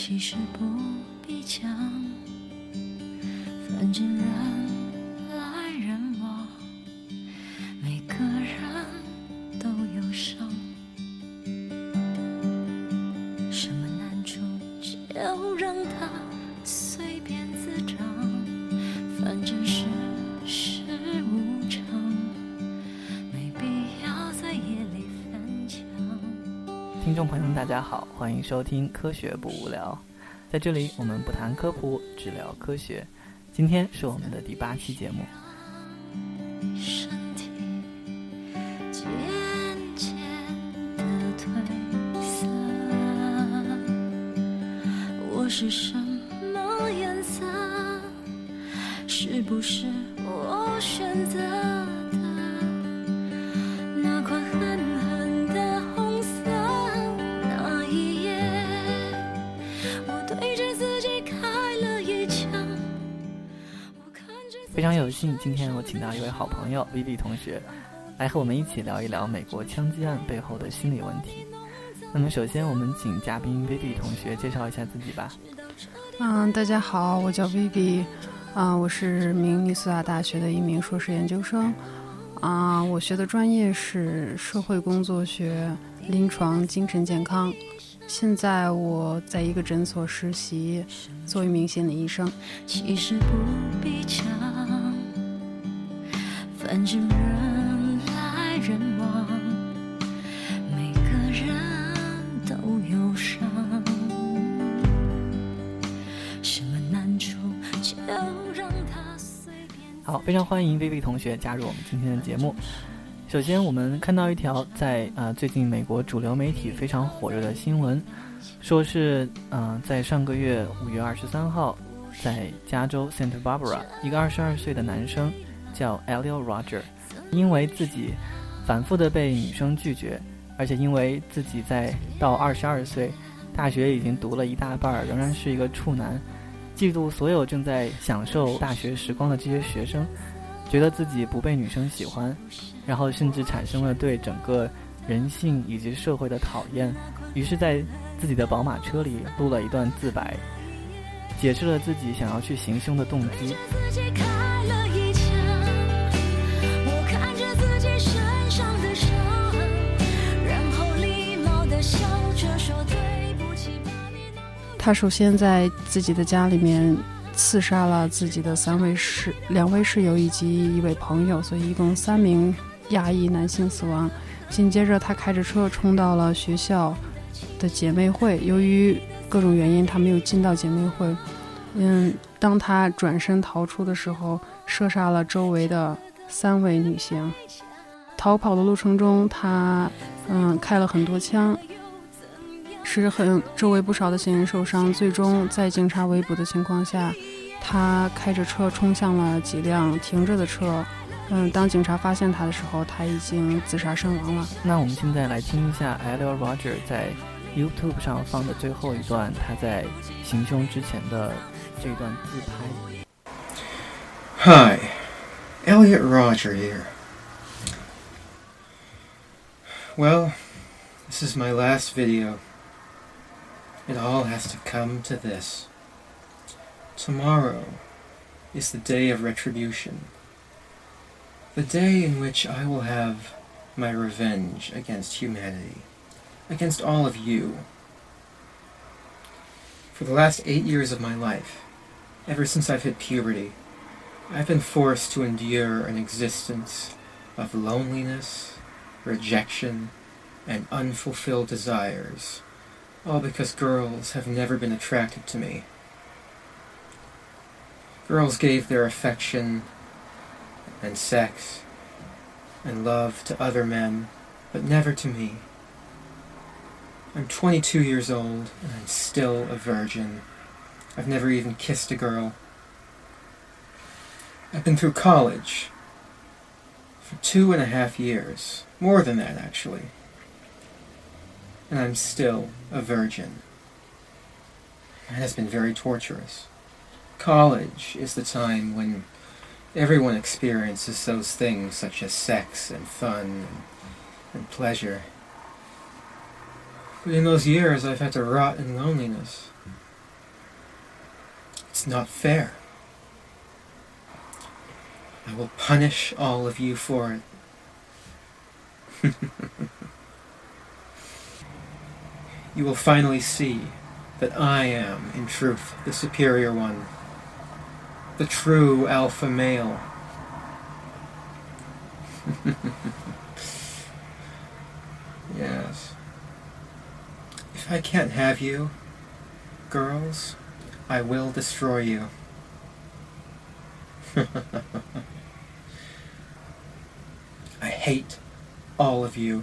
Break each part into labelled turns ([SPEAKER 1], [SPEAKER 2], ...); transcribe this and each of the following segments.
[SPEAKER 1] 其实不必讲，反正人来人往，每个人都有伤。什么难处就让它随便滋长，反正世事无常，没必要在夜里翻墙。
[SPEAKER 2] 听众朋友们大家好，欢迎收听科学不无聊。在这里我们不谈科普，只聊科学。今天是我们的第8期节目。
[SPEAKER 1] 身体渐渐地褪色，我是什么颜色？是不是我选择的那款狠狠的红色？那一夜我对着自己开了一枪。
[SPEAKER 2] 非常有幸，今天我请到一位好朋友 Vivi 同学来和我们一起聊一聊美国枪击案背后的心理问题。那么首先我们请嘉宾 Vivi 同学介绍一下自己吧。
[SPEAKER 3] 大家好，我叫 Vivi，我是明尼苏达大学的一名硕士研究生，我学的专业是社会工作学、临床精神健康。现在我在一个诊所实习，做一名心理医生。
[SPEAKER 1] 其实不必讲，反正人来人往，每个人都有伤。什么难处就让它随便。
[SPEAKER 2] 好，非常欢迎 Vivi 同学加入我们今天的节目。首先我们看到一条在最近美国主流媒体非常火热的新闻，说是在上个月5月23号，在加州 Santa Barbara 一个22岁的男生叫 Elliot Rodger， 因为自己反复的被女生拒绝，而且因为自己到22岁大学已经读了一大半，仍然是一个处男，嫉妒所有正在享受大学时光的这些学生，觉得自己不被女生喜欢，然后甚至产生了对整个人性以及社会的讨厌，于是在自己的宝马车里录了一段自白，解释了自己想要去行凶的动机。
[SPEAKER 3] 他首先在自己的家里面刺杀了自己的2位室友以及1位朋友，所以一共3名亚裔男性死亡。紧接着他开着车冲到了学校的姐妹会，由于各种原因他没有进到姐妹会。当他转身逃出的时候，射杀了周围的3位女性。逃跑的路程中他开了很多枪，使周围不少的行人受伤。最终在警察围捕的情况下，他开着车冲向了几辆停着的车。当警察发现他的时候，他已经自杀身亡了。
[SPEAKER 2] 那我们现在来听一下 Elliot Rodger 在 YouTube 上放的最后一段他在行凶之前的这一段自拍。
[SPEAKER 4] Hi, Elliot Rodger here. Well, this is my last video. It all has to come to this. Tomorrow is the day of retribution. The day in which I will have my revenge against humanity, against all of you. For the last 8 years of my life, ever since I've hit puberty, I've been forced to endure an existence of loneliness, rejection, and unfulfilled desires, all because girls have never been attracted to me. Girls gave their affection and sex and love to other men, but never to me. I'm 22 years old and I'm still a virgin. I've never even kissed a girl. I've been through college for 2.5 years, more than that actually, and I'm still a virgin. It has been very torturous. College is the time when everyone experiences those things such as sex and fun and pleasure. But in those years I've had to rot in loneliness. It's not fair. I will punish all of you for it. You will finally see that I am, in truth, the superior one, the true alpha male. Yes. If I can't have you, girls, I will destroy you. I hate all of you.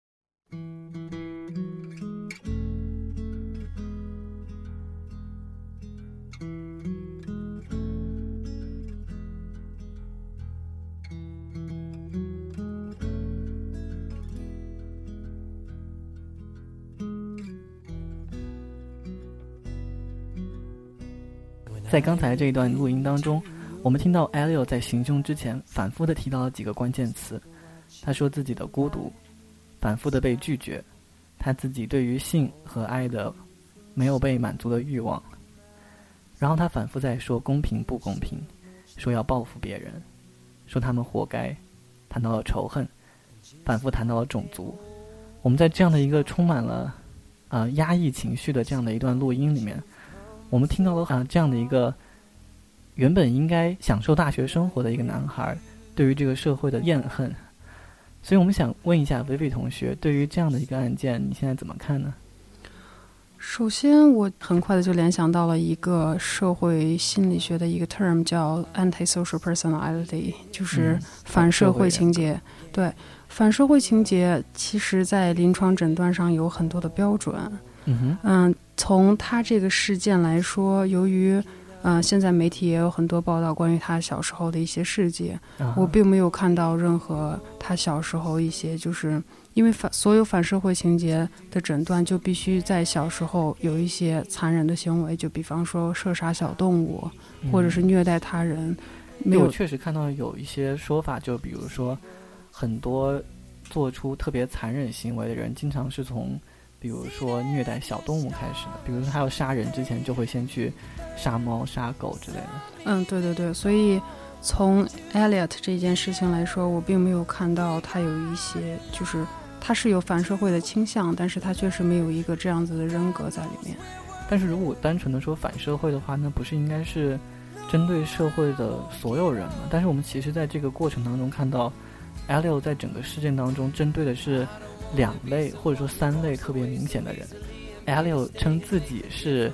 [SPEAKER 2] 在刚才这一段录音当中，我们听到 Elio 在行凶之前反复地提到了几个关键词。他说自己的孤独，反复地被拒绝，他自己对于性和爱的没有被满足的欲望，然后他反复在说公平不公平，说要报复别人，说他们活该，谈到了仇恨，反复谈到了种族。我们在这样的一个充满了压抑情绪的这样的一段录音里面，我们听到了这样的一个原本应该享受大学生活的一个男孩对于这个社会的厌恨。所以我们想问一下 Vivi 同学，对于这样的一个案件你现在怎么看呢？
[SPEAKER 3] 首先我很快的就联想到了一个社会心理学的一个 term 叫 antisocial personality， 就是反社会情节。对，反社会情节其实在临床诊断上有很多的标准。从他这个事件来说，由于现在媒体也有很多报道关于他小时候的一些事迹，我并没有看到任何他小时候一些，就是因为所有反社会情节的诊断就必须在小时候有一些残忍的行为，就比方说射杀小动物，或者是虐待他人。没有，
[SPEAKER 2] 我确实看到有一些说法，就比如说很多做出特别残忍行为的人经常是从比如说虐待小动物开始的，比如说他要杀人之前就会先去杀猫杀狗之类的。
[SPEAKER 3] 对对对，所以从 Elliot 这件事情来说，我并没有看到他有一些，就是他是有反社会的倾向，但是他确实没有一个这样子的人格在里面。
[SPEAKER 2] 但是如果单纯的说反社会的话，那不是应该是针对社会的所有人吗？但是我们其实在这个过程当中看到 Elio 在整个事件当中针对的是2类或者说3类特别明显的人。Elio 称自己是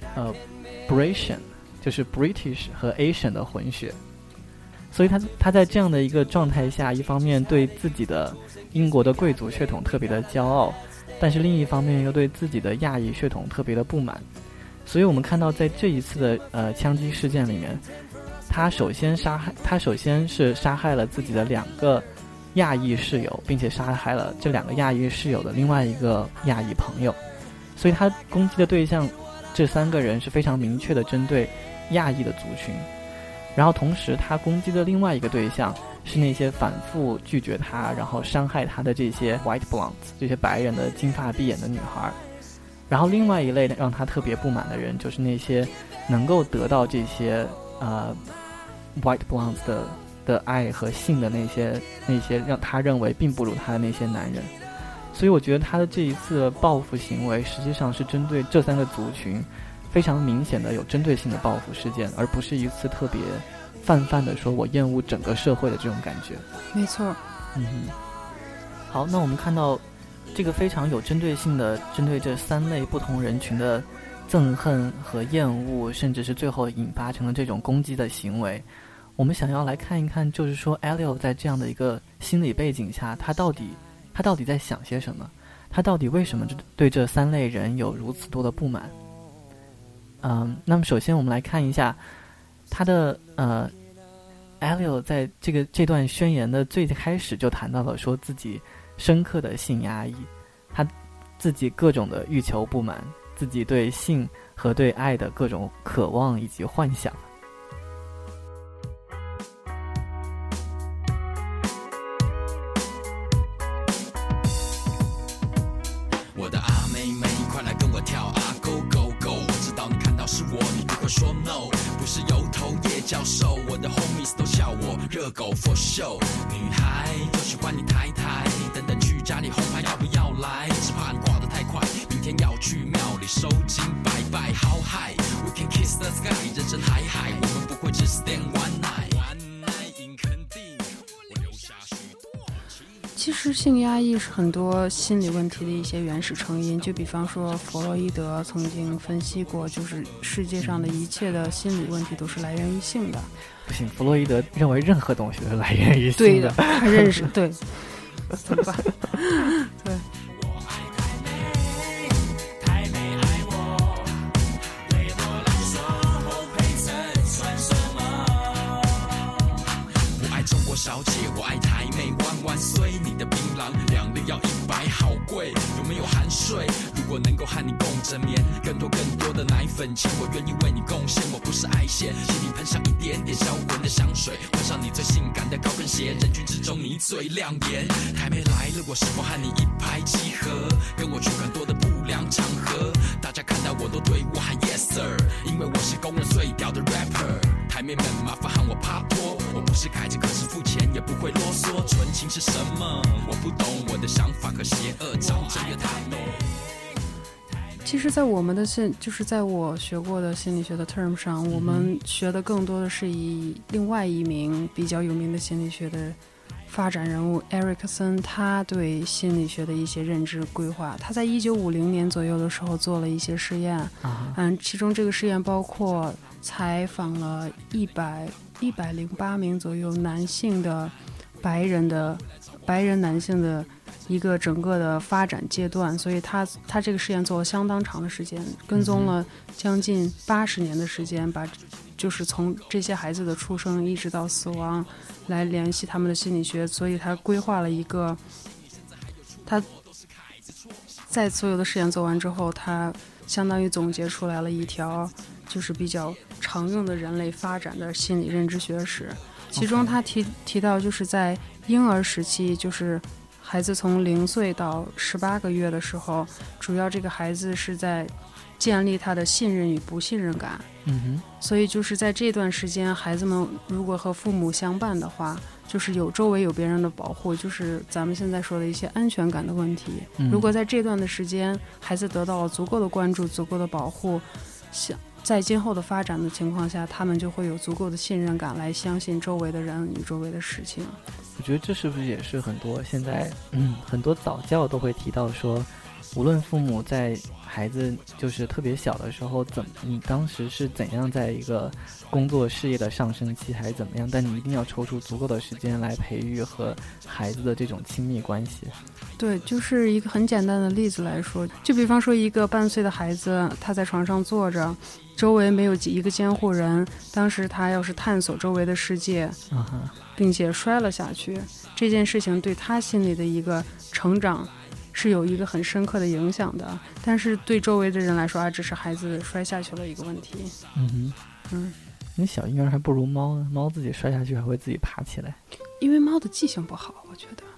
[SPEAKER 2] British， 就是 British 和 Asian 的混血，所以他在这样的一个状态下，一方面对自己的英国的贵族血统特别的骄傲，但是另一方面又对自己的亚裔血统特别的不满。所以我们看到在这一次的枪击事件里面，他首先是杀害了自己的2个亚裔室友，并且杀害了这2个亚裔室友的另外一个亚裔朋友。所以他攻击的对象这3个人是非常明确的针对亚裔的族群。然后同时他攻击的另外一个对象是那些反复拒绝他然后伤害他的这些 white blondes， 这些白人的金发碧眼的女孩。然后另外一类让他特别不满的人就是那些能够得到这些white blondes 的爱和性的那些让他认为并不如他的那些男人。所以我觉得他的这一次报复行为实际上是针对这3个族群非常明显的有针对性的报复事件，而不是一次特别泛的说我厌恶整个社会的这种感觉。
[SPEAKER 3] 没错。
[SPEAKER 2] 好，那我们看到这个非常有针对性的针对这3类不同人群的憎恨和厌恶，甚至是最后引发成了这种攻击的行为。我们想要来看一看，就是说 Elio 在这样的一个心理背景下，他到底在想些什么？他到底为什么对这3类人有如此多的不满？那么首先我们来看一下他的Elio 在这段宣言的最开始就谈到了说自己深刻的性压抑，他自己各种的欲求不满，自己对性和对爱的各种渴望以及幻想。
[SPEAKER 5] 我的阿妹妹，快来跟我跳啊 Go Go Go！ 我知道你看到是我，你不会说 No。 是油头叶教授，我的 homies 都笑我热狗 for show。女孩就喜欢你抬抬，等等去家里红牌要不要来？只怕你挂得太快，明天要去庙里收金拜拜。好嗨 ，We can kiss the sky， 人生海海，我们不会只 stand one night。赢肯定，我留下许多。
[SPEAKER 3] 其实性压抑是很多心理问题的一些原始成因，就比方说弗洛伊德曾经分析过，就是世界上的一切的心理问题都是来源于性的。
[SPEAKER 2] 不行，弗洛伊德认为任何东西都是来源于性
[SPEAKER 3] 对的，他认识对，怎么办？对。
[SPEAKER 5] 小姐，我爱台妹，万万岁！你的槟榔2粒要100，好贵，有没有含税？如果能够和你共枕眠，更多的奶粉钱，我愿意为你贡献。我不是爱线，请你喷上一点点销魂的香水，换上你最性感的高跟鞋，人群之中你最亮眼。台妹来了，我是否和你一拍即合？跟我去很多的不良场合，大家看到我都对我喊 yes sir， 因为我是公认最屌的 rapper。台妹们麻烦喊我帕托，我不是凯子，可是付钱也不会啰嗦。纯情是什么？我不懂，我的想法和邪恶长着越太美。
[SPEAKER 3] 其实在我们的就是在我学过的心理学的 term 上，我们学的更多的是以另外一名比较有名的心理学的发展人物埃里克森，他对心理学的一些认知规划。他在1950年左右的时候做了一些试验，其中这个试验包括采访了108名左右男性的白人男性的一个整个的发展阶段，所以他这个实验做了相当长的时间，跟踪了将近80年的时间，就是从这些孩子的出生一直到死亡来联系他们的心理学，所以他规划了一个，他在所有的实验做完之后，他相当于总结出来了一条就是比较常用的人类发展的心理认知学史。其中他提到就是在婴儿时期，就是孩子从0岁到18个月的时候，主要这个孩子是在建立他的信任与不信任感。所以就是在这段时间，孩子们如果和父母相伴的话，就是周围有别人的保护，就是咱们现在说的一些安全感的问题。如果在这段的时间，孩子得到了足够的关注、足够的保护，在今后的发展的情况下，他们就会有足够的信任感来相信周围的人与周围的事情。
[SPEAKER 2] 我觉得这是不是也是很多现在很多早教都会提到说，无论父母在孩子就是特别小的时候你当时是怎样在一个工作事业的上升期还是怎么样，但你一定要抽出足够的时间来培育和孩子的这种亲密关系。
[SPEAKER 3] 对，就是一个很简单的例子来说，就比方说一个半岁的孩子，他在床上坐着，周围没有一个监护人，当时他要是探索周围的世界，并且摔了下去，这件事情对他心里的一个成长是有一个很深刻的影响的。但是对周围的人来说只是孩子摔下去了一个问题。
[SPEAKER 2] 那小婴儿还不如猫呢，猫自己摔下去还会自己爬起来。
[SPEAKER 3] 因为猫的记性不好，我觉得。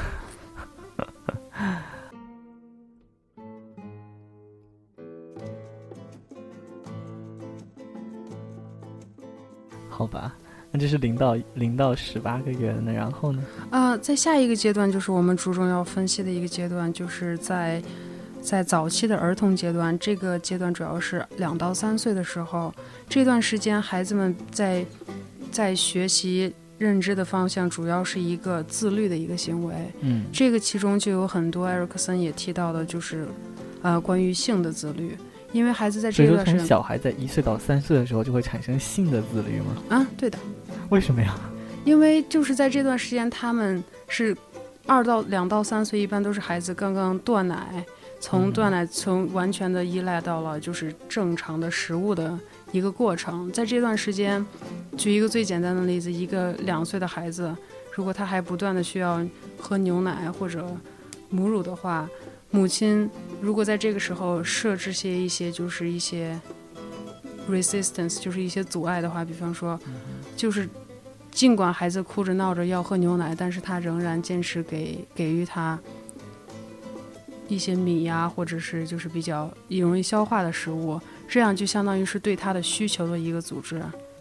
[SPEAKER 2] 好吧，那这是0到18个月的，那然后呢？
[SPEAKER 3] 在下一个阶段，就是我们注重要分析的一个阶段，就是在早期的儿童阶段，这个阶段主要是2到3岁的时候，这段时间孩子们在学习认知的方向主要是一个自律的一个行为。这个其中就有很多埃里克森也提到的，就是关于性的自律。因为孩子在这段时间，
[SPEAKER 2] 所以说从小孩在1岁到3岁的时候就会产生性的自律吗？
[SPEAKER 3] 对的。
[SPEAKER 2] 为什么呀？
[SPEAKER 3] 因为就是在这段时间，他们是2到3岁，一般都是孩子刚刚断奶，从完全的依赖到了就是正常的食物的一个过程。在这段时间，举一个最简单的例子，一个2岁的孩子，如果他还不断的需要喝牛奶或者母乳的话，母亲如果在这个时候设置一些就是一些 resistance， 就是一些阻碍的话，比方说就是尽管孩子哭着闹着要喝牛奶，但是他仍然坚持给予他一些米呀，或者是就是比较容易消化的食物，这样就相当于是对他的需求的一个组织。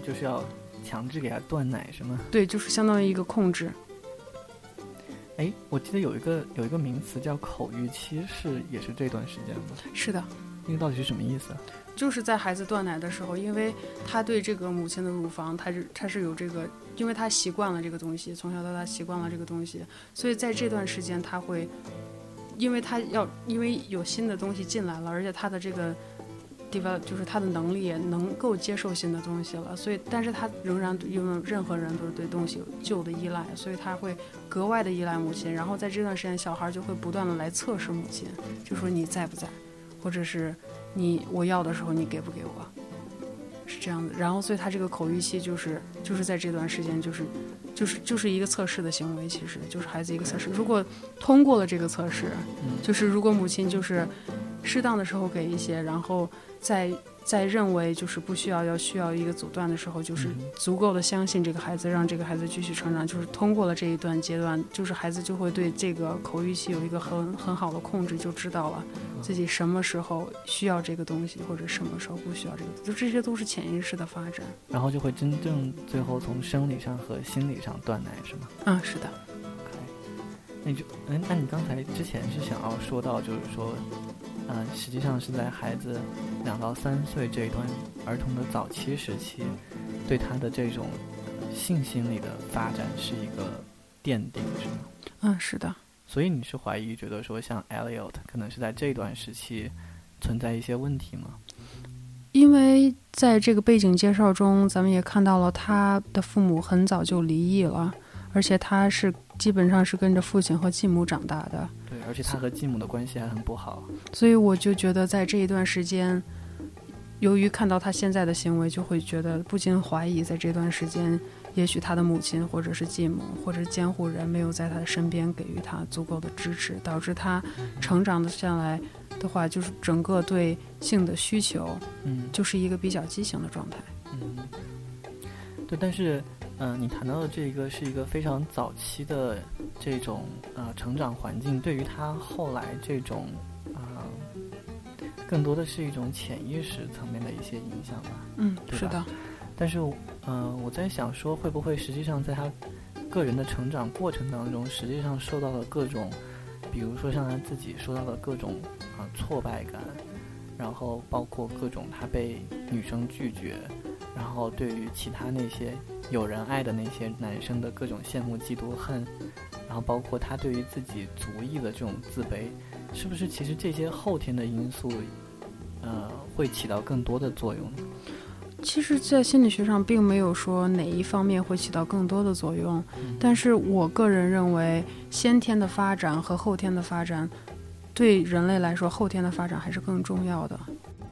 [SPEAKER 2] 就是要强制给他断奶是吗？
[SPEAKER 3] 对，就是相当于一个控制。
[SPEAKER 2] 哎，我记得有一个名词叫口欲期，也是这段时间吗？
[SPEAKER 3] 是的。
[SPEAKER 2] 那个到底是什么意思？
[SPEAKER 3] 就是在孩子断奶的时候，因为他对这个母亲的乳房，他是有这个，因为他习惯了这个东西，从小到大习惯了这个东西，所以在这段时间他会，因为有新的东西进来了，而且他的这个就是他的能力也能够接受新的东西了，所以但是他仍然因为任何人都是对东西有旧的依赖，所以他会格外的依赖母亲，然后在这段时间小孩就会不断的来测试母亲，就说你在不在，或者是我要的时候你给不给我，是这样的。然后所以他这个口欲期就是在这段时间就是一个测试的行为，其实就是孩子一个测试，如果通过了这个测试，就是如果母亲就是适当的时候给一些，然后在认为就是不需要需要一个阻断的时候，就是足够的相信这个孩子，让这个孩子继续成长，就是通过了这一段阶段，就是孩子就会对这个口欲期有一个很好的控制，就知道了自己什么时候需要这个东西，或者什么时候不需要这个，就这些都是潜意识的发展，
[SPEAKER 2] 然后就会真正最后从生理上和心理上断奶是吗？
[SPEAKER 3] 是的。
[SPEAKER 2] 那你刚才之前是想要说到，就是说实际上是在孩子2到3岁这一段儿童的早期时期，对他的这种性心理的发展是一个奠定，是吗？
[SPEAKER 3] 是的。
[SPEAKER 2] 所以你是怀疑觉得说像 Elliot 可能是在这段时期存在一些问题吗？
[SPEAKER 3] 因为在这个背景介绍中，咱们也看到了他的父母很早就离异了，而且他是基本上是跟着父亲和继母长大的。
[SPEAKER 2] 对，而且他和继母的关系还很不好。
[SPEAKER 3] 所以我就觉得在这一段时间，由于看到他现在的行为，就会觉得不禁怀疑，在这段时间也许他的母亲或者是继母或者监护人没有在他的身边给予他足够的支持，导致他成长的下来的话，就是整个对性的需求就是一个比较畸形的状态。
[SPEAKER 2] 对，但是你谈到的这个是一个非常早期的这种成长环境，对于他后来这种更多的是一种潜意识层面的一些影响吧。
[SPEAKER 3] 是的。
[SPEAKER 2] 但是我在想说，会不会实际上在他个人的成长过程当中，实际上受到了各种，比如说像他自己受到的各种挫败感，然后包括各种他被女生拒绝，然后对于其他那些有人爱的那些男生的各种羡慕嫉妒恨，然后包括他对于自己族裔的这种自卑，是不是其实这些后天的因素会起到更多的作用呢？
[SPEAKER 3] 其实在心理学上并没有说哪一方面会起到更多的作用，但是我个人认为先天的发展和后天的发展，对人类来说后天的发展还是更重要的。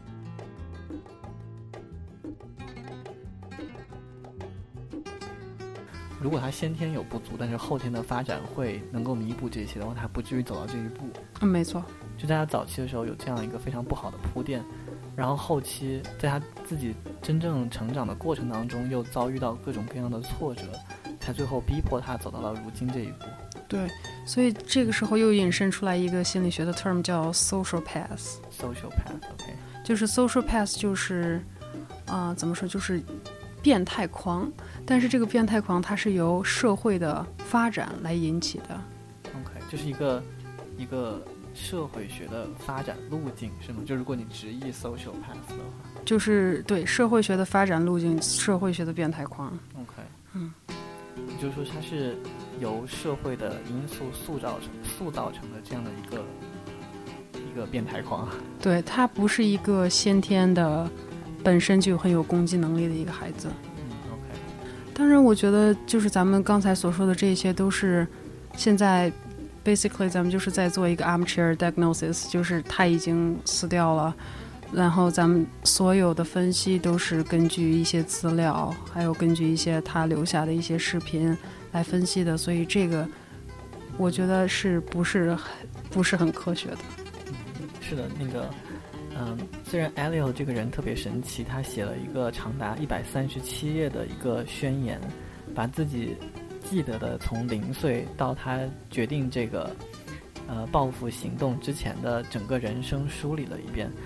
[SPEAKER 2] 如果他先天有不足，但是后天的发展会能够弥补这些的话，他不至于走到这一步。
[SPEAKER 3] 没错。
[SPEAKER 2] 就在他早期的时候有这样一个非常不好的铺垫，然后后期在他自己真正成长的过程当中又遭遇到各种各样的挫折，才最后逼迫他走到了如今这一步。
[SPEAKER 3] 对，所以这个时候又引申出来一个心理学的 term 叫 social path。social
[SPEAKER 2] path，OK，
[SPEAKER 3] 就是 social path 就是怎么说，就是变态狂，但是这个变态狂它是由社会的发展来引起的。
[SPEAKER 2] OK， 就是一个社会学的发展路径是吗？就如果你直译 social path 的话，
[SPEAKER 3] 就是对社会学的发展路径，社会学的变态狂。
[SPEAKER 2] OK， 就是说它是由社会的因素塑造成的这样的一个变态狂。
[SPEAKER 3] 对，他不是一个先天的本身就很有攻击能力的一个孩子。
[SPEAKER 2] OK。
[SPEAKER 3] 当然我觉得就是咱们刚才所说的这些都是现在basically 咱们就是在做一个 armchair diagnosis， 就是他已经死掉了，然后咱们所有的分析都是根据一些资料，还有根据一些他留下的一些视频来分析的，所以这个我觉得是不是很科学的。
[SPEAKER 2] 是的，那个虽然 Elliot 这个人特别神奇，他写了一个长达137页的一个宣言，把自己记得的从0岁到他决定这个报复行动之前的整个人生梳理了一遍，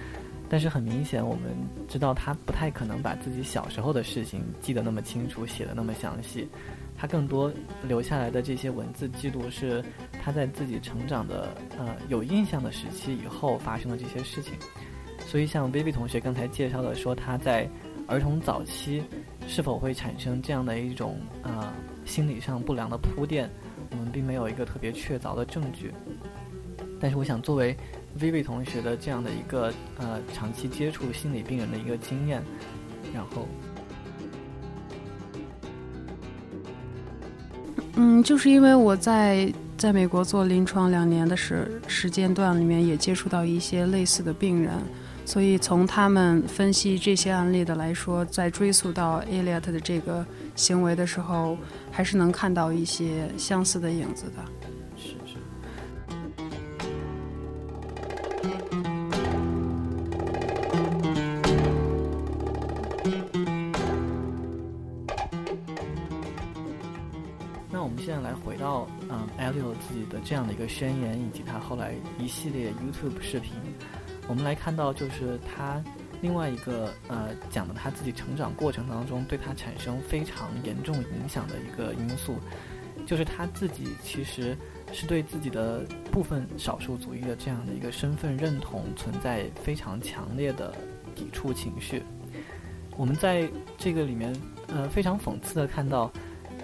[SPEAKER 2] 但是很明显我们知道他不太可能把自己小时候的事情记得那么清楚，写得那么详细，他更多留下来的这些文字记录是他在自己成长的有印象的时期以后发生的这些事情。所以像 Vivi 同学刚才介绍的说他在儿童早期是否会产生这样的一种心理上不良的铺垫，我们并没有一个特别确凿的证据。但是我想作为 Vivi 同学的这样的一个长期接触心理病人的一个经验，然后
[SPEAKER 3] 就是因为我在美国做临床2年的时间段里面也接触到一些类似的病人，所以从他们分析这些案例的来说，在追溯到 Elliot 的这个行为的时候，还是能看到一些相似的影子的。
[SPEAKER 2] 是。那我们现在来回到Elliot 自己的这样的一个宣言，以及他后来一系列 YouTube 视频，我们来看到就是他另外一个讲的他自己成长过程当中对他产生非常严重影响的一个因素，就是他自己其实是对自己的部分少数族裔的这样的一个身份认同存在非常强烈的抵触情绪。我们在这个里面非常讽刺的看到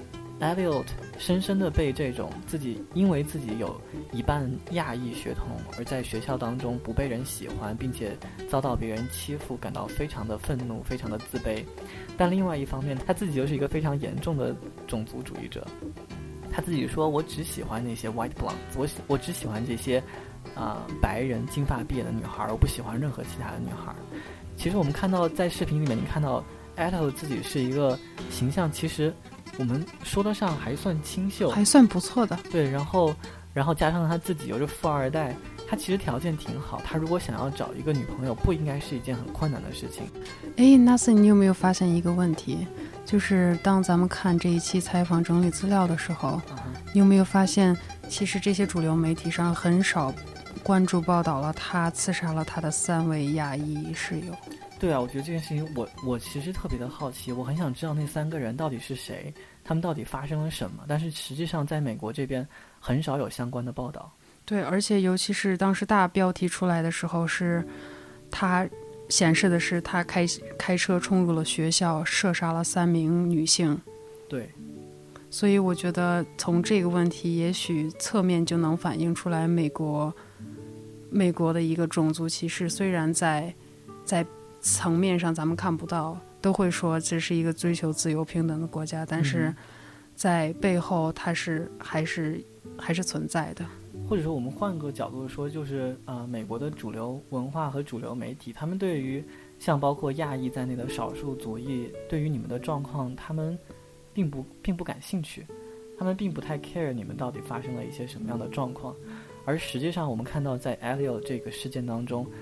[SPEAKER 2] Elliot 深深的被这种因为自己有一半亚裔血统而在学校当中不被人喜欢，并且遭到别人欺负，感到非常的愤怒，非常的自卑。但另外一方面，他自己又是一个非常严重的种族主义者。他自己说，我只喜欢那些 white blondes， 我只喜欢这些白人金发碧眼的女孩，我不喜欢任何其他的女孩。其实我们看到在视频里面，你看到 Elliot 自己是一个形象，其实我们说得上还算清秀，
[SPEAKER 3] 还算不错的。
[SPEAKER 2] 对，然后加上他自己又是富二代，他其实条件挺好，他如果想要找一个女朋友不应该是一件很困难的事情。
[SPEAKER 3] Nathan， 你有没有发现一个问题，就是当咱们看这一期采访整理资料的时候，你有没有发现其实这些主流媒体上很少关注报道了他刺杀了他的3位亚裔室友？
[SPEAKER 2] 对啊，我觉得这件事情我其实特别的好奇，我很想知道那3个人到底是谁，他们到底发生了什么，但是实际上在美国这边很少有相关的报道。
[SPEAKER 3] 对，而且尤其是当时大标题出来的时候，是他显示的是他开车冲入了学校，射杀了3名女性。
[SPEAKER 2] 对，
[SPEAKER 3] 所以我觉得从这个问题也许侧面就能反映出来美国的一个种族歧视，虽然在层面上咱们看不到，都会说这是一个追求自由平等的国家，但是在背后它是还是存在的。
[SPEAKER 2] 或者说我们换个角度说，就是美国的主流文化和主流媒体，他们对于像包括亚裔在内的少数族裔，对于你们的状况，他们并不感兴趣，他们并不太 care 你们到底发生了一些什么样的状况。而实际上我们看到在 Elliot 这个事件当中，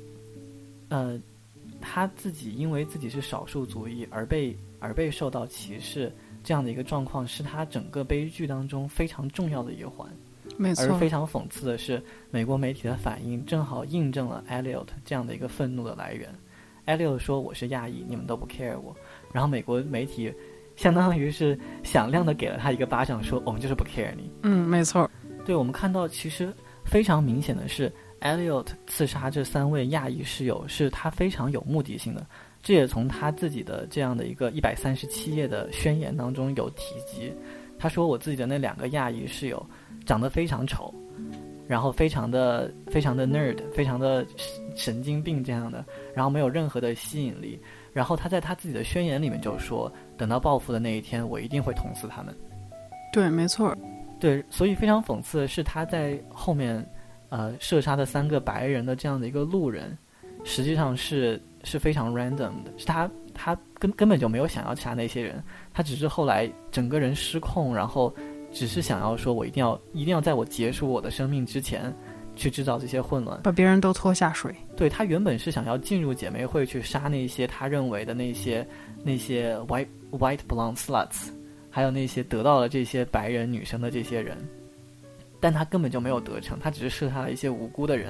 [SPEAKER 2] 他自己因为自己是少数族裔而被受到歧视，这样的一个状况是他整个悲剧当中非常重要的一环。
[SPEAKER 3] 没错。
[SPEAKER 2] 而非常讽刺的是，美国媒体的反应正好印证了 Elliot 这样的一个愤怒的来源。Elliot 说我是亚裔，你们都不 care 我，然后美国媒体相当于是响亮的给了他一个巴掌，说我们就是不 care 你。
[SPEAKER 3] 没错。
[SPEAKER 2] 对，我们看到其实非常明显的是Elliot 刺杀这3位亚裔室友是他非常有目的性的，这也从他自己的这样的一个137页的宣言当中有提及。他说我自己的那2个亚裔室友长得非常丑，然后非常的 nerd， 非常的神经病这样的，然后没有任何的吸引力。然后他在他自己的宣言里面就说，等到报复的那一天，我一定会捅死他们。
[SPEAKER 3] 对，没错。
[SPEAKER 2] 对，所以非常讽刺的是，他在后面射杀的3个白人的这样的一个路人，实际上是非常 random 的，是他根本就没有想要杀那些人，他只是后来整个人失控，然后只是想要说我一定要在我结束我的生命之前去制造这些混乱，
[SPEAKER 3] 把别人都拖下水。
[SPEAKER 2] 对，他原本是想要进入姐妹会去杀那些他认为的那些 white blonde sluts， 还有那些得到了这些白人女生的这些人，但他根本就没有得逞，他只是射杀了一些无辜的人。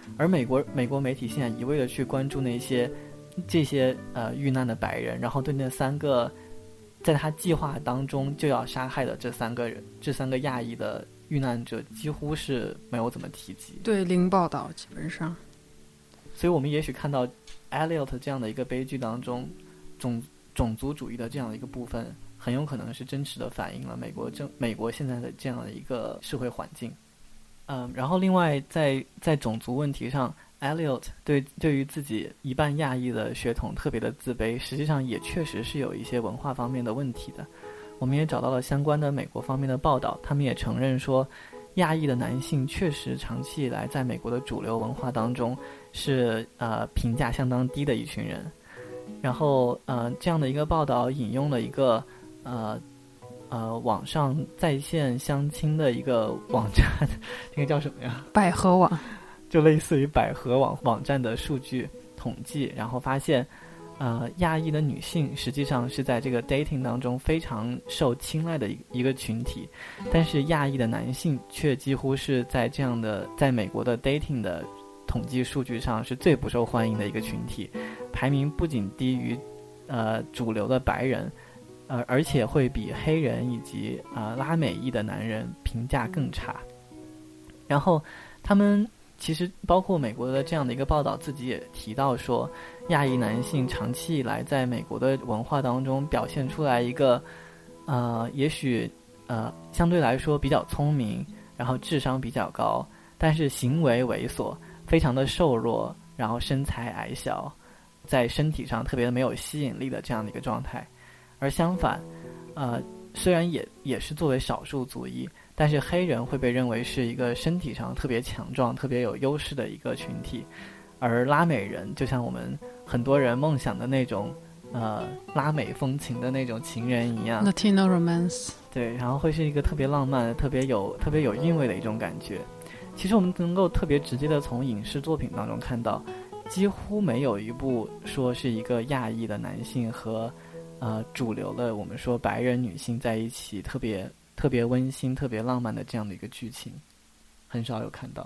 [SPEAKER 2] 而美国媒体现在一味的去关注这些遇难的白人，然后对那3个在他计划当中就要杀害的这3个亚裔的遇难者几乎是没有怎么提及，
[SPEAKER 3] 对，零报道基本上。
[SPEAKER 2] 所以我们也许看到 Elliot 这样的一个悲剧当中，种族主义的这样的一个部分，很有可能是真实的反映了美国现在的这样的一个社会环境。然后另外在种族问题上 Elliot 对于自己一半亚裔的血统特别的自卑，实际上也确实是有一些文化方面的问题的。我们也找到了相关的美国方面的报道，他们也承认说亚裔的男性确实长期以来在美国的主流文化当中是评价相当低的一群人。然后这样的一个报道引用了一个网上在线相亲的一个网站，这个叫什么呀？
[SPEAKER 3] 百合网，
[SPEAKER 2] 就类似于百合网站的数据统计，然后发现亚裔的女性实际上是在这个 dating 当中非常受青睐的一个群体，但是亚裔的男性却几乎是在美国的 dating 的统计数据上是最不受欢迎的一个群体，排名不仅低于主流的白人，而且会比黑人以及拉美裔的男人评价更差。然后他们其实包括美国的这样的一个报道自己也提到说，亚裔男性长期以来在美国的文化当中表现出来一个也许相对来说比较聪明，然后智商比较高，但是行为猥琐，非常的瘦弱，然后身材矮小，在身体上特别的没有吸引力的这样的一个状态。而相反虽然也是作为少数族裔，但是黑人会被认为是一个身体上特别强壮特别有优势的一个群体，而拉美人就像我们很多人梦想的那种拉美风情的那种情人一样
[SPEAKER 3] Latino romance，
[SPEAKER 2] 对，然后会是一个特别浪漫特别有韵味的一种感觉。其实我们能够特别直接的从影视作品当中看到，几乎没有一部说是一个亚裔的男性和主流的我们说白人女性在一起特别温馨特别浪漫的这样的一个剧情，很少有看到。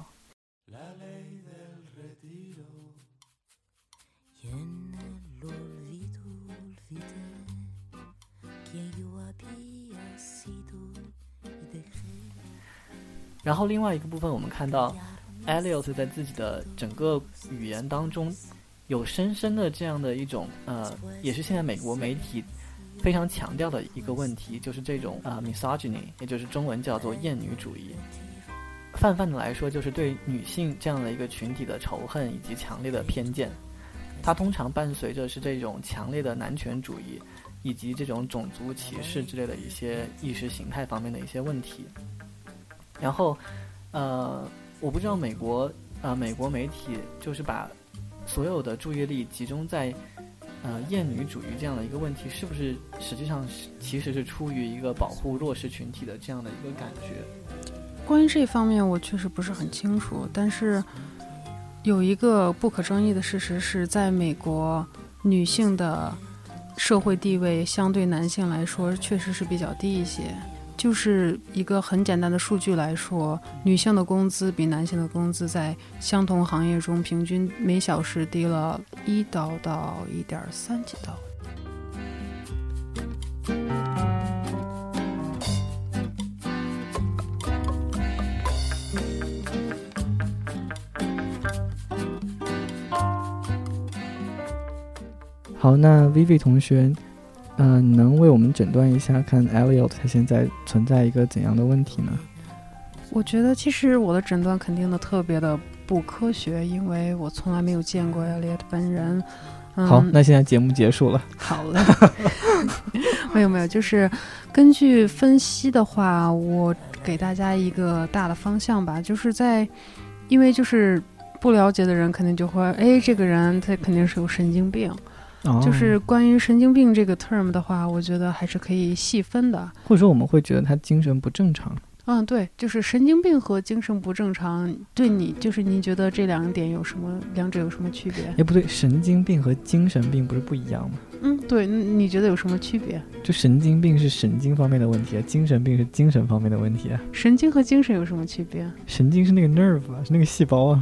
[SPEAKER 2] 然后另外一个部分我们看到 Elliot 在自己的整个语言当中有深深的这样的一种也是现在美国媒体非常强调的一个问题，就是这种misogyny， 也就是中文叫做厌女主义。泛泛的来说，就是对女性这样的一个群体的仇恨以及强烈的偏见。它通常伴随着是这种强烈的男权主义以及这种种族歧视之类的一些意识形态方面的一些问题。然后我不知道美国媒体就是把所有的注意力集中在厌女主义这样的一个问题，是不是实际上其实是出于一个保护弱势群体的这样的一个感觉？
[SPEAKER 3] 关于这方面我确实不是很清楚，但是有一个不可争议的事实是，在美国女性的社会地位相对男性来说确实是比较低一些。就是一个很简单的数据来说，女性的工资比男性的工资在相同行业中平均每小时低了1刀到1.3几刀。
[SPEAKER 2] 好，那 Vivi 同学你能为我们诊断一下看 Elliot 他现在存在一个怎样的问题呢？
[SPEAKER 3] 我觉得其实我的诊断肯定的特别的不科学，因为我从来没有见过 Elliot 本人。
[SPEAKER 2] 好，那现在节目结束了。
[SPEAKER 3] 好了。没有，就是根据分析的话，我给大家一个大的方向吧，就是因为就是不了解的人肯定就会这个人他肯定是有神经病。就是关于神经病这个 term 的话，我觉得还是可以细分的，
[SPEAKER 2] 或者说我们会觉得他精神不正常。
[SPEAKER 3] 对，就是神经病和精神不正常，对你就是你觉得这两者有什么区别？
[SPEAKER 2] 不对，神经病和精神病不是不一样吗？
[SPEAKER 3] 对，你觉得有什么区别？
[SPEAKER 2] 就神经病是神经方面的问题，精神病是精神方面的问题。
[SPEAKER 3] 神经和精神有什么区别？
[SPEAKER 2] 神经是那个 nerve 啊，是那个细胞啊。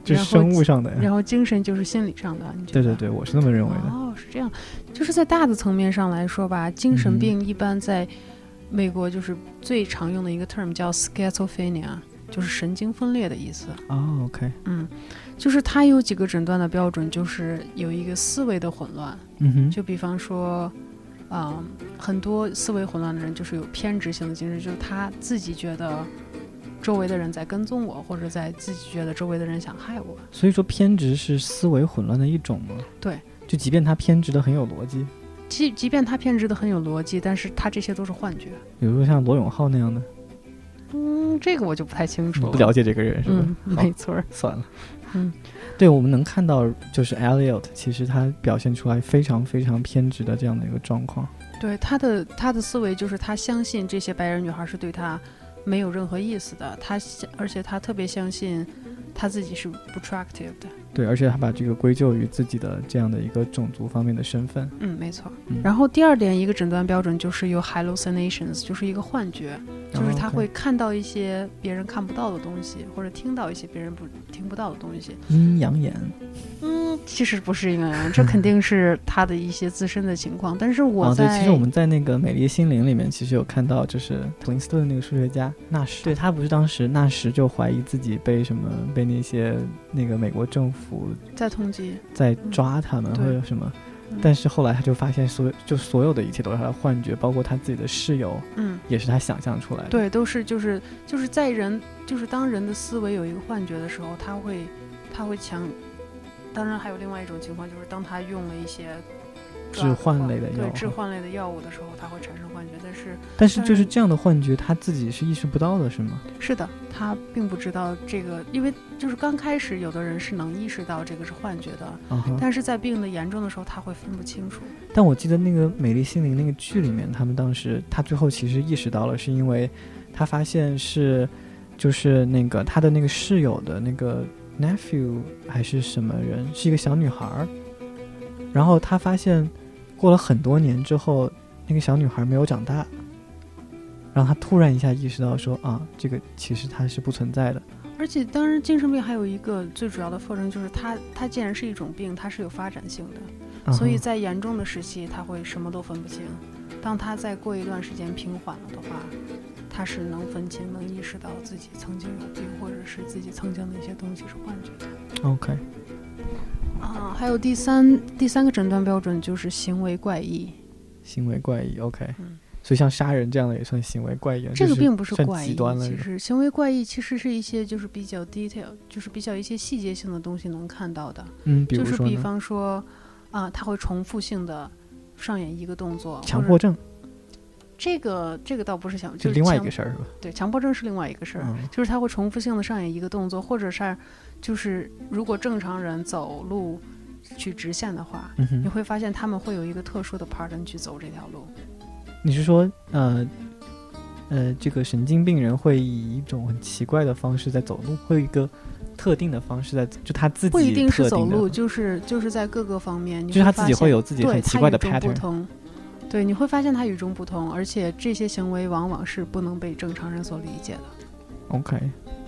[SPEAKER 2] 这是生物上的呀。
[SPEAKER 3] 然后精神就是心理上的，你觉得？
[SPEAKER 2] 对对对，我是那么认为的。
[SPEAKER 3] 哦，是这样，就是在大的层面上来说吧，精神病一般在美国就是最常用的一个 term 叫 schizophrenia， 就是神经分裂的意思。
[SPEAKER 2] 哦 ，OK，
[SPEAKER 3] 就是它有几个诊断的标准，就是有一个思维的混乱。就比方说，很多思维混乱的人就是有偏执性的精神，就是他自己觉得周围的人在跟踪我，或者在自己觉得周围的人想害我。
[SPEAKER 2] 所以说偏执是思维混乱的一种吗？
[SPEAKER 3] 对，
[SPEAKER 2] 就即便他偏执的很有逻辑，
[SPEAKER 3] 即便他偏执的很有逻辑，但是他这些都是幻觉。
[SPEAKER 2] 比如说像罗永浩那样的。
[SPEAKER 3] 这个我就不太清楚了，
[SPEAKER 2] 不了解这个人是吧？
[SPEAKER 3] 没错，
[SPEAKER 2] 算了。对，我们能看到就是 Elliot 其实他表现出来非常非常偏执的这样的一个状况。
[SPEAKER 3] 对，他的思维就是他相信这些白人女孩是对他没有任何意思的，而且他特别相信他自己是不 attractive 的。
[SPEAKER 2] 对，而且他把这个归咎于自己的这样的一个种族方面的身份。
[SPEAKER 3] 没错。然后第二点，一个诊断标准就是有 hallucinations， 就是一个幻觉，就是他会看到一些别人看不到的东西，或者听到一些别人听不到的东西。
[SPEAKER 2] 阴阳眼。
[SPEAKER 3] 其实不是阴阳眼，这肯定是他的一些自身的情况。但是
[SPEAKER 2] 对，其实我们在那个《美丽心灵》里面其实有看到，就是普林斯顿那个数学家纳什，对，他不是当时纳什就怀疑自己被那些那个美国政府
[SPEAKER 3] 在通缉，
[SPEAKER 2] 在抓他们或者什么。但是后来他就发现所有的一切都是他的幻觉，包括他自己的室友，也是他想象出来的。
[SPEAKER 3] 对，都是就是在人，就是当人的思维有一个幻觉的时候，他会当然还有另外一种情况，就是当他用了一些
[SPEAKER 2] 致幻类的药物，
[SPEAKER 3] 对，致幻类的药物的时候，他会产生幻觉。
[SPEAKER 2] 但是就是这样的幻觉，他自己是意识不到的，是吗？
[SPEAKER 3] 是的，他并不知道这个，因为就是刚开始有的人是能意识到这个是幻觉的，但是在病的严重的时候，他会分不清楚。
[SPEAKER 2] 但我记得那个《美丽心灵》那个剧里面，他最后其实意识到了，是因为他发现就是那个他的那个室友的那个 nephew 还是什么人，是一个小女孩，然后他发现过了很多年之后，那个小女孩没有长大，然后他突然一下意识到说这个其实它是不存在的。
[SPEAKER 3] 而且当然精神病还有一个最主要的特征，就是它既然是一种病，它是有发展性的，所以在严重的时期他会什么都分不清，当他再过一段时间平缓了的话，他是能分清，能意识到自己曾经有病，或者是自己曾经的一些东西是幻觉的。
[SPEAKER 2] OK。
[SPEAKER 3] 还有第三个诊断标准就是行为怪异。
[SPEAKER 2] 行为怪异 OK。所以像杀人这样的也算行为怪异，
[SPEAKER 3] 这个并不是怪异，
[SPEAKER 2] 极端了。
[SPEAKER 3] 其实行为怪异其实是一些就是比较 detail， 就是比较一些细节性的东西能看到的。
[SPEAKER 2] 比如说
[SPEAKER 3] 就是比方说他会重复性的上演一个动作。
[SPEAKER 2] 强迫症。
[SPEAKER 3] 这个倒不是
[SPEAKER 2] 就另外一个事儿是吧？
[SPEAKER 3] 对，强迫症是另外一个事儿，就是他会重复性的上演一个动作，或者是就是如果正常人走路去直线的话，你会发现他们会有一个特殊的 pattern 去走这条路。
[SPEAKER 2] 你是说这个神经病人会以一种很奇怪的方式在走路，会有一个特定的方式在，就他自己
[SPEAKER 3] 不一定是走路，就是在各个方面，
[SPEAKER 2] 就是他自己会有自己很奇怪的 pattern。
[SPEAKER 3] 对，你会发现它与众不同，而且这些行为往往是不能被正常人所理解的。
[SPEAKER 2] OK，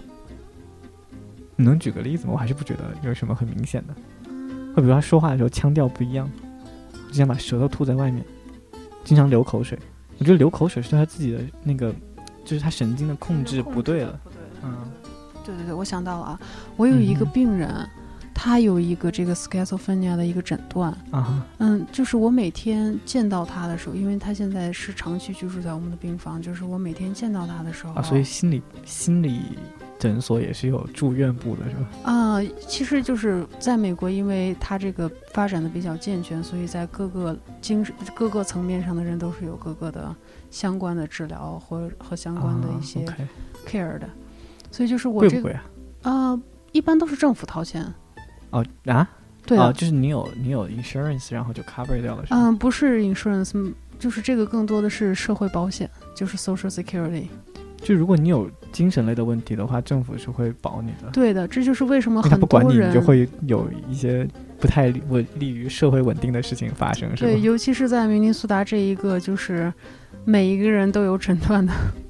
[SPEAKER 2] 你能举个例子吗？我还是不觉得有什么很明显的。会比如他说话的时候腔调不一样，经常把舌头吐在外面，经常流口水。我觉得流口水是对他自己的那个，就是他神经的控制不对了。
[SPEAKER 3] 对，我想到了我有一个病人。他有一个这个 schizophrenia 的一个诊断就是我每天见到他的时候，因为他现在是长期居住在我们的病房，就是我每天见到他的时候
[SPEAKER 2] 所以心理诊所也是有住院部的是吧？
[SPEAKER 3] 其实就是在美国，因为他这个发展的比较健全，所以在各个层面上的人都是有各个的相关的治疗和相关的一些 care 的。所以就是我这个
[SPEAKER 2] 贵不贵
[SPEAKER 3] 一般都是政府掏钱。
[SPEAKER 2] 对就是你有 insurance 然后就 cover 掉了是吧？
[SPEAKER 3] 不是 insurance， 就是这个更多的是社会保险，就是 social security。
[SPEAKER 2] 就如果你有精神类的问题的话，政府是会保你的。
[SPEAKER 3] 对的，这就是为什么很多人
[SPEAKER 2] 他不管你就会有一些不太利于社会稳定的事情发生，是吧？
[SPEAKER 3] 对，尤其是在明尼苏达这一个就是每一个人都有诊断的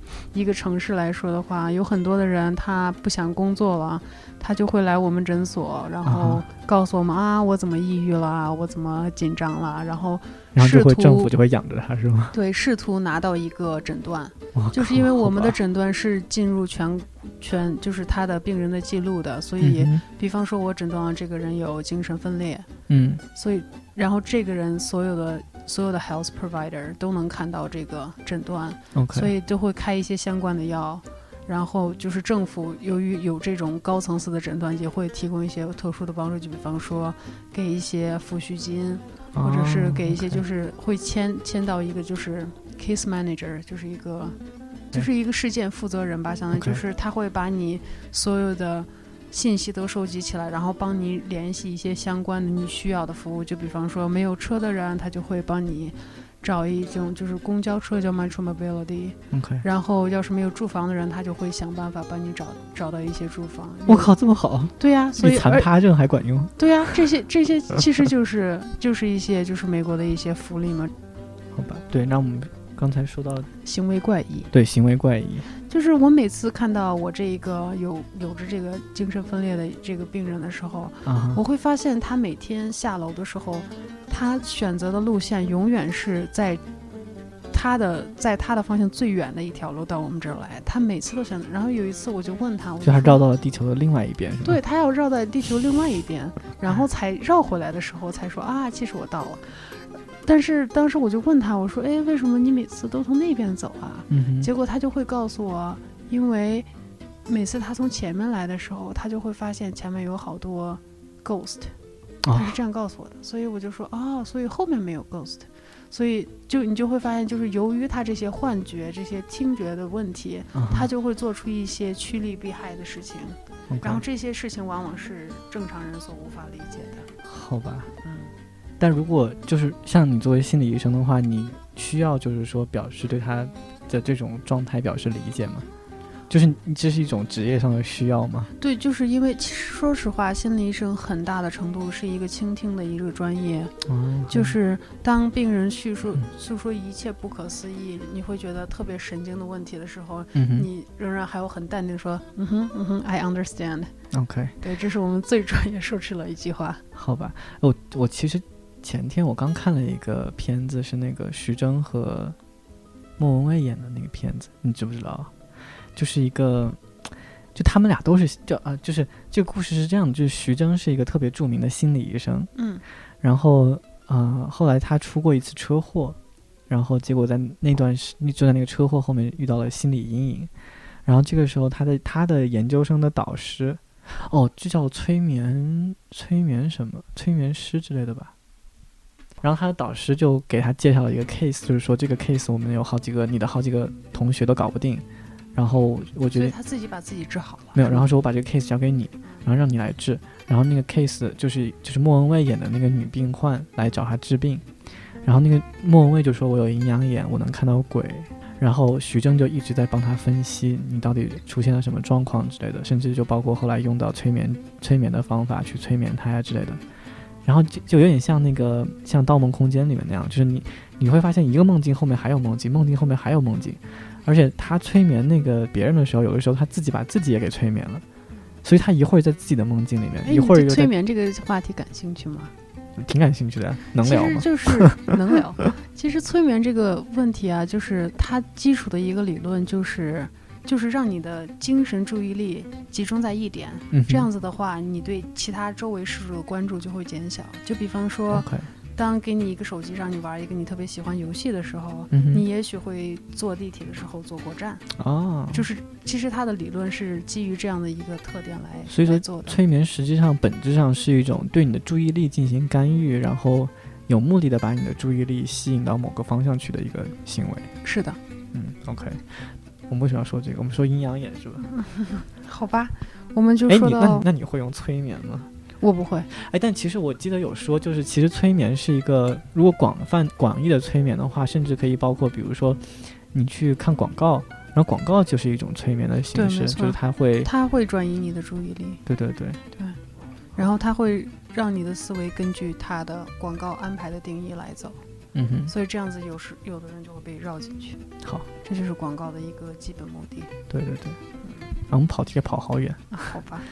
[SPEAKER 3] 一个城市来说的话，有很多的人他不想工作了，他就会来我们诊所，然后告诉我们我怎么抑郁了，我怎么紧张了，然后
[SPEAKER 2] 政府就会养着他是吗？
[SPEAKER 3] 对，试图拿到一个诊断，就是因为我们的诊断是进入全就是他的病人的记录的，所以比方说我诊断了这个人有精神分裂，所以然后这个人所有的 health provider 都能看到这个诊断，所以就会开一些相关的药。然后就是政府由于有这种高层次的诊断，也会提供一些特殊的帮助，就比方说给一些抚恤金，或者是给一些就是会签到一个就是 case manager， 就是一个事件负责人吧，相当于就是他会把你所有的信息都收集起来，然后帮你联系一些相关的你需要的服务，就比方说没有车的人，他就会帮你找一种就是公交车叫 Metro Mobility， 然后要是没有住房的人，他就会想办法帮你找到一些住房。
[SPEAKER 2] 我靠，这么好！
[SPEAKER 3] 对呀，所以
[SPEAKER 2] 比残趴症还管用。
[SPEAKER 3] 对呀，这些其实就是一些就是美国的一些福利嘛。
[SPEAKER 2] 好吧，对，那我们刚才说到
[SPEAKER 3] 行为怪异，
[SPEAKER 2] 对，行为怪异，
[SPEAKER 3] 就是我每次看到我这个有着这个精神分裂的这个病人的时候，我会发现他每天下楼的时候，他选择的路线永远是在他的方向最远的一条路到我们这儿来，他每次都选择。然后有一次我就问他，
[SPEAKER 2] 就他绕到了地球的另外一边，是吗？
[SPEAKER 3] 对，他要绕到地球另外一边，然后才绕回来的时候才说其实我到了。但是当时我就问他，我说为什么你每次都从那边走啊？结果他就会告诉我，因为每次他从前面来的时候，他就会发现前面有好多 ghost， 他是这样告诉我的，所以我就说所以后面没有 ghost， 所以你就会发现，就是由于他这些幻觉、这些听觉的问题，他就会做出一些趋利避害的事情，然后这些事情往往是正常人所无法理解的。
[SPEAKER 2] 好吧，但如果就是像你作为心理医生的话，你需要就是说表示对他的这种状态表示理解吗？就是这是一种职业上的需要吗？
[SPEAKER 3] 对，就是因为其实说实话，心理医生很大的程度是一个倾听的一个专业。就是当病人诉说一切不可思议，你会觉得特别神经的问题的时候，你仍然还有很淡定说I understand。
[SPEAKER 2] OK，
[SPEAKER 3] 对，这是我们最专业说出了一句话。
[SPEAKER 2] 好吧，我其实前天我刚看了一个片子，是那个徐峥和莫文蔚演的那个片子，你知不知道？就是一个，就他们俩都是就是这个故事是这样的，就是徐峥是一个特别著名的心理医生，然后后来他出过一次车祸，然后结果在就在那个车祸后面遇到了心理阴影，然后这个时候他的研究生的导师，就叫催眠师之类的吧。然后他的导师就给他介绍了一个 case， 就是说这个 case 我们有你的好几个同学都搞不定，然后我觉得
[SPEAKER 3] 他自己把自己治好了，
[SPEAKER 2] 没有，然后说我把这个 case 交给你，然后让你来治。然后那个 case 就是莫文蔚演的那个女病患来找他治病，然后那个莫文蔚就说我有阴阳眼，我能看到鬼。然后徐峥就一直在帮他分析你到底出现了什么状况之类的，甚至就包括后来用到催眠的方法去催眠他呀之类的。然后就有点像像《盗梦空间》里面那样，就是你会发现一个梦境后面还有梦境，梦境后面还有梦境，而且他催眠那个别人的时候，有的时候他自己把自己也给催眠了，所以他一会儿在自己的梦境里面，一会儿
[SPEAKER 3] 你对催眠这个话题感兴趣吗？
[SPEAKER 2] 挺感兴趣的，能聊吗？
[SPEAKER 3] 其实就是能聊。其实催眠这个问题啊，就是它基础的一个理论就是让你的精神注意力集中在一点，这样子的话，你对其他周围事物的关注就会减小。就比方说，当给你一个手机让你玩一个你特别喜欢游戏的时候，你也许会坐地铁的时候坐过站。就是其实它的理论是基于这样的一个特点来做的。所以说，
[SPEAKER 2] 催眠实际上本质上是一种对你的注意力进行干预，然后有目的的把你的注意力吸引到某个方向去的一个行为。
[SPEAKER 3] 是的。
[SPEAKER 2] OK。我们为什么要说这个？我们说阴阳眼是吧？
[SPEAKER 3] 好吧，我们就说到。
[SPEAKER 2] 那你会用催眠吗？
[SPEAKER 3] 我不会。
[SPEAKER 2] 但其实我记得有说，就是其实催眠是一个，如果广义的催眠的话，甚至可以包括，比如说你去看广告，然后广告就是一种催眠的形式，就是它会
[SPEAKER 3] 转移你的注意力。
[SPEAKER 2] 对。
[SPEAKER 3] 然后它会让你的思维根据它的广告安排的定义来走。
[SPEAKER 2] 嗯哼，
[SPEAKER 3] 所以这样子有的人就会被绕进去。
[SPEAKER 2] 好，
[SPEAKER 3] 这就是广告的一个基本目的。
[SPEAKER 2] 对对对，我们跑题跑好远。
[SPEAKER 3] 好吧。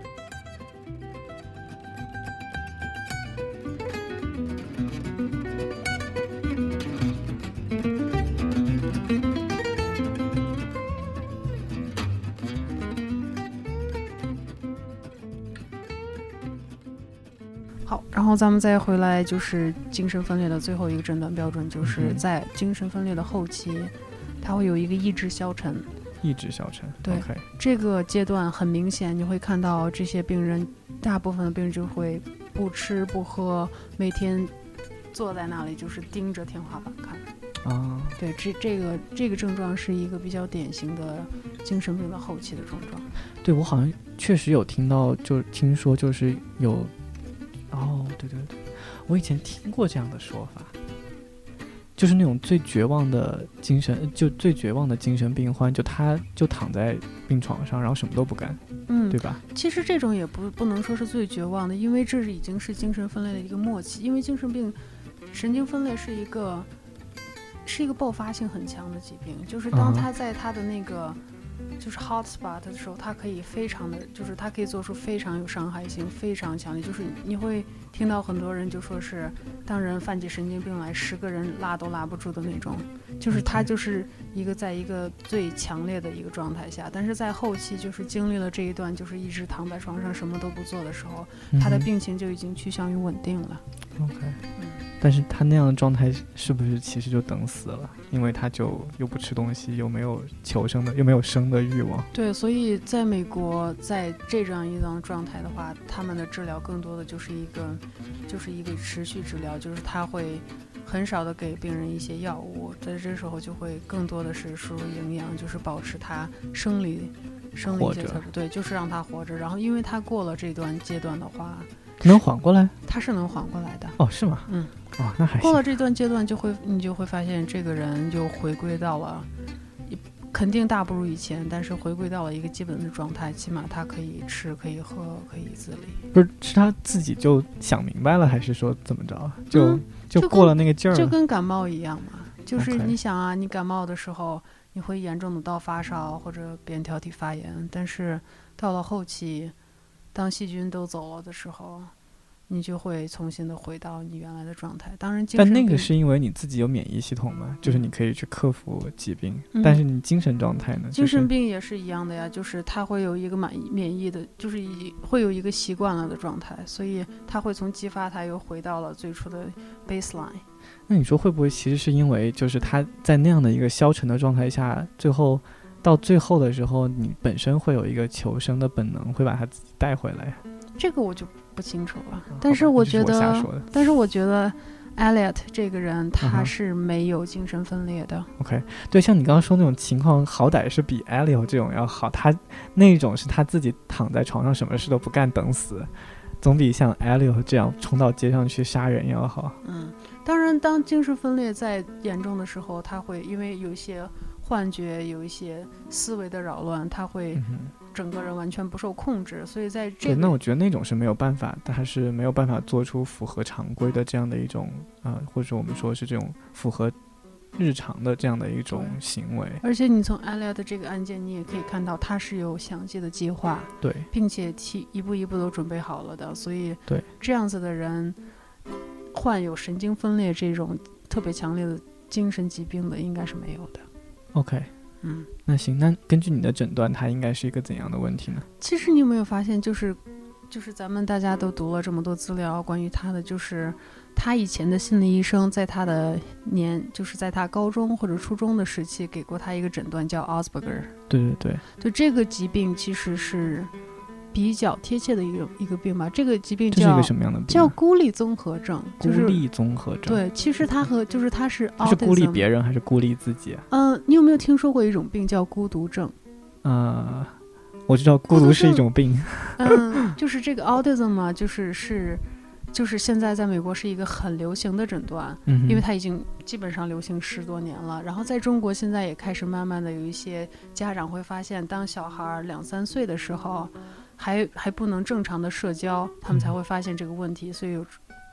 [SPEAKER 3] 好，然后咱们再回来，就是精神分裂的最后一个诊断标准，就是在精神分裂的后期，它会有一个意志消沉。
[SPEAKER 2] 意志消沉，
[SPEAKER 3] 对
[SPEAKER 2] ，OK，
[SPEAKER 3] 这个阶段很明显，你会看到这些病人，大部分的病人就会不吃不喝，每天坐在那里就是盯着天花板看。
[SPEAKER 2] 啊，
[SPEAKER 3] 对，这个症状是一个比较典型的精神病的后期的症状。
[SPEAKER 2] 对，我好像确实有听到，就听说就是有，哦，对对对，我以前听过这样的说法。就是那种最绝望的精神，就最绝望的精神病患，就他就躺在病床上，然后什么都不干，对吧？
[SPEAKER 3] 其实这种也不能说是最绝望的，因为这已经是精神分裂的一个末期。因为精神病、神经分裂是一个爆发性很强的疾病，就是当他在他的那个就是 hot spot 的时候，他可以非常的，就是他可以做出非常有伤害性、非常强烈，就是你会听到很多人就说是，当人犯起神经病来，10个人拉都拉不住的那种，就是他就是在一个最强烈的一个状态下，但是在后期就是经历了这一段，就是一直躺在床上什么都不做的时候，他的病情就已经趋向于稳定了。
[SPEAKER 2] OK，但是他那样的状态是不是其实就等死了？因为他就又不吃东西，又没有求生的，又没有生的欲望。
[SPEAKER 3] 对，所以在美国，在这样一种状态的话，他们的治疗更多的就是一个持续治疗，就是他会很少的给病人一些药物，在这时候就会更多的是输入营养，就是保持他生理一些特质，对，就是让他活着。然后因为他过了这段阶段的话，
[SPEAKER 2] 能缓过来？
[SPEAKER 3] 他是能缓过来的。
[SPEAKER 2] 哦，是吗？哦，那还行。
[SPEAKER 3] 过了这段阶段，你就会发现这个人就回归到了，肯定大不如以前，但是回归到了一个基本的状态，起码他可以吃，可以喝，可以自理。
[SPEAKER 2] 不是他自己就想明白了，还是说怎么着？就过了那个劲儿了？
[SPEAKER 3] 就跟感冒一样嘛，就是你想啊，你感冒的时候，你会严重的到发烧或者扁桃体发炎，但是到了后期，当细菌都走了的时候，你就会重新的回到你原来的状态。当然但
[SPEAKER 2] 那个是因为你自己有免疫系统嘛，就是你可以去克服疾病，但是你精神状态呢？
[SPEAKER 3] 精神病也是一样的呀，就是它会有一个免疫的，就是会有一个习惯了的状态，所以它会从激发它又回到了最初的 baseline。
[SPEAKER 2] 那你说会不会其实是因为就是他在那样的一个消沉的状态下，到最后的时候，你本身会有一个求生的本能，会把他自己带回来？这
[SPEAKER 3] 个我就不清楚了，但是我觉得 Elliot 这个人他是没有精神分裂的。
[SPEAKER 2] OK， 对，像你刚刚说那种情况，好歹是比 Elliot 这种要好。他那种是他自己躺在床上什么事都不干等死，总比像 Elliot 这样冲到街上去杀人要好。
[SPEAKER 3] 当然，当精神分裂在严重的时候，他会因为有一些幻觉，有一些思维的扰乱，他会整个人完全不受控制，所以在这个，
[SPEAKER 2] 那我觉得那种是没有办法，他是没有办法做出符合常规的这样的一种或者我们说是这种符合日常的这样的一种行为。
[SPEAKER 3] 而且你从 Elliot 这个案件，你也可以看到他是有详细的计划，
[SPEAKER 2] 对，
[SPEAKER 3] 并且一步一步都准备好了的，所以
[SPEAKER 2] 对
[SPEAKER 3] 这样子的人患有神经分裂这种特别强烈的精神疾病的应该是没有的。
[SPEAKER 2] OK，那行，那根据你的诊断，它应该是一个怎样的问题呢？
[SPEAKER 3] 其实你有没有发现，就是咱们大家都读了这么多资料关于他的，就是他以前的心理医生在他的就是在他高中或者初中的时期给过他一个诊断叫 Asperger。
[SPEAKER 2] 对，
[SPEAKER 3] 就这个疾病其实是比较贴切的一个病吧。这个疾病
[SPEAKER 2] 这是一个什么样的病？
[SPEAKER 3] 叫孤立综合症。
[SPEAKER 2] 孤立综合症。
[SPEAKER 3] 对，其实它是 autism，
[SPEAKER 2] 是孤立别人还是孤立自己？
[SPEAKER 3] 你有没有听说过一种病叫孤独症？
[SPEAKER 2] 我知道孤独是一种病。
[SPEAKER 3] 就是这个 autism 嘛，就是现在在美国是一个很流行的诊断，因为它已经基本上流行10多年了。然后在中国现在也开始慢慢的有一些家长会发现，当小孩2-3岁的时候还不能正常的社交，他们才会发现这个问题，所以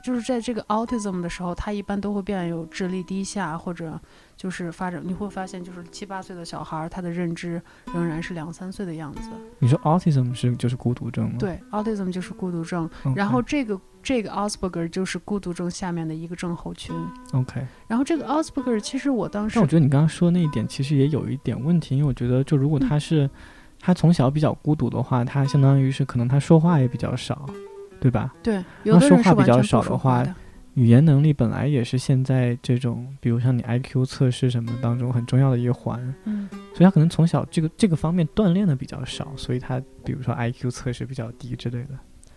[SPEAKER 3] 就是在这个 autism 的时候，他一般都会变有智力低下，或者就是发展，你会发现就是7、8岁的小孩，他的认知仍然是2、3岁的样子。
[SPEAKER 2] 你说 autism 就是孤独症吗？
[SPEAKER 3] 对 ，autism 就是孤独症， 然后这个 Asperger 就是孤独症下面的一个症候群。
[SPEAKER 2] OK，
[SPEAKER 3] 然后这个 Asperger 其实我当时，
[SPEAKER 2] 但我觉得你刚刚说的那一点其实也有一点问题，因为我觉得就如果他是、他从小比较孤独的话，他相当于是可能他说话也比较少，对吧？
[SPEAKER 3] 对，有的人是完全不说话的。
[SPEAKER 2] 说话比较少的话，语言能力本来也是现在这种，比如像你 IQ 测试什么当中很重要的一环，所以他可能从小这个方面锻炼的比较少，所以他比如说 IQ 测试比较低之类的。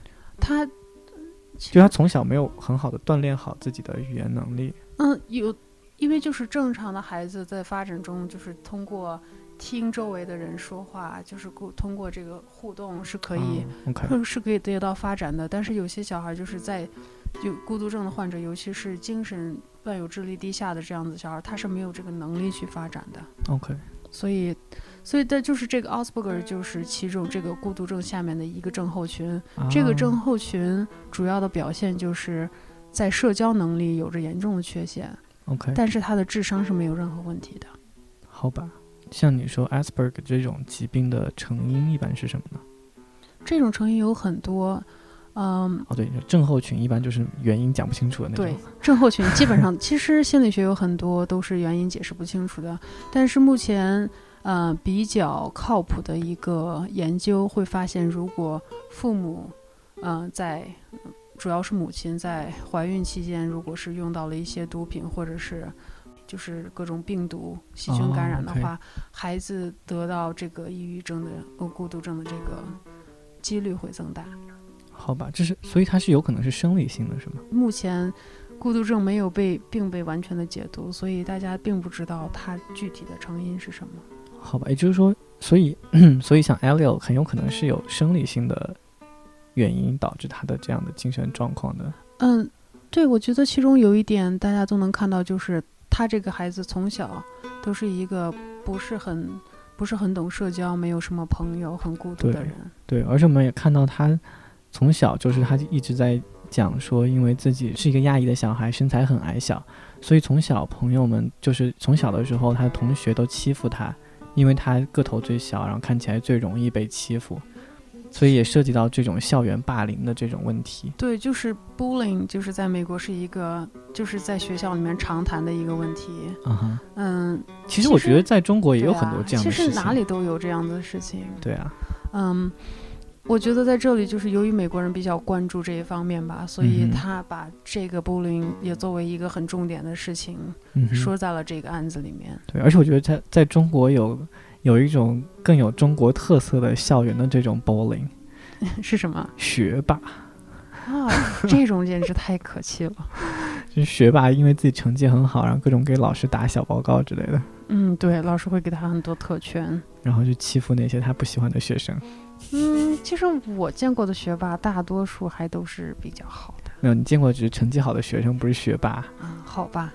[SPEAKER 2] 他从小没有很好的锻炼好自己的语言能力。
[SPEAKER 3] 因为就是正常的孩子在发展中，就是通过听周围的人说话，就是通过这个互动是可以、是可以得到发展的。但是有些小孩就是有孤独症的患者，尤其是精神伴有智力低下的这样子小孩，他是没有这个能力去发展的。
[SPEAKER 2] OK，
[SPEAKER 3] 所以的就是这个 Asperger 就是其中这个孤独症下面的一个症候群。这个症候群主要的表现就是在社交能力有着严重的缺陷。
[SPEAKER 2] OK，
[SPEAKER 3] 但是他的智商是没有任何问题的。
[SPEAKER 2] 好吧，像你说 Asperger 这种疾病的成因一般是什么呢？这
[SPEAKER 3] 种成因有很多。
[SPEAKER 2] 对，症候群一般就是原因讲不清楚的那种。
[SPEAKER 3] 对，症候群基本上其实心理学有很多都是原因解释不清楚的，但是目前比较靠谱的一个研究会发现，如果父母主要是母亲在怀孕期间，如果是用到了一些毒品，或者是就是各种病毒细菌感染的话，孩子得到这个抑郁症的孤独症的这个几率会增大。
[SPEAKER 2] 好吧，所以它是有可能是生理性的，是吗？
[SPEAKER 3] 目前孤独症没有并被完全的解读，所以大家并不知道它具体的成因是什么。
[SPEAKER 2] 好吧，也就是说，所以像 Elliot 很有可能是有生理性的原因导致他的这样的精神状况的。
[SPEAKER 3] 对，我觉得其中有一点大家都能看到，就是他这个孩子从小都是一个不是很懂社交，没有什么朋友，很孤独的人。
[SPEAKER 2] 对，而且我们也看到他从小就是他一直在讲说，因为自己是一个亚裔的小孩，身材很矮小，所以从小朋友们就是从小的时候他的同学都欺负他，因为他个头最小，然后看起来最容易被欺负，所以也涉及到这种校园霸凌的这种问题。
[SPEAKER 3] 对，就是 bullying 就是在美国是一个就是在学校里面常谈的一个问题。
[SPEAKER 2] 其实我觉得在中国也有很多这样的事情。
[SPEAKER 3] 其实哪里都有这样的事情。
[SPEAKER 2] 对啊。
[SPEAKER 3] 我觉得在这里就是由于美国人比较关注这一方面吧，所以他把这个 bullying 也作为一个很重点的事情说在了这个案子里面。
[SPEAKER 2] 对，而且我觉得在中国有一种更有中国特色的校园的这种 bullying
[SPEAKER 3] 是什么？
[SPEAKER 2] 学霸
[SPEAKER 3] 这种简直太可气了。
[SPEAKER 2] 就是学霸因为自己成绩很好，然后各种给老师打小报告之类的。
[SPEAKER 3] 对，老师会给他很多特权，
[SPEAKER 2] 然后就欺负那些他不喜欢的学生。
[SPEAKER 3] 其实我见过的学霸大多数还都是比较好的。
[SPEAKER 2] 没有，你见过只是成绩好的学生，不是学霸。
[SPEAKER 3] 好吧。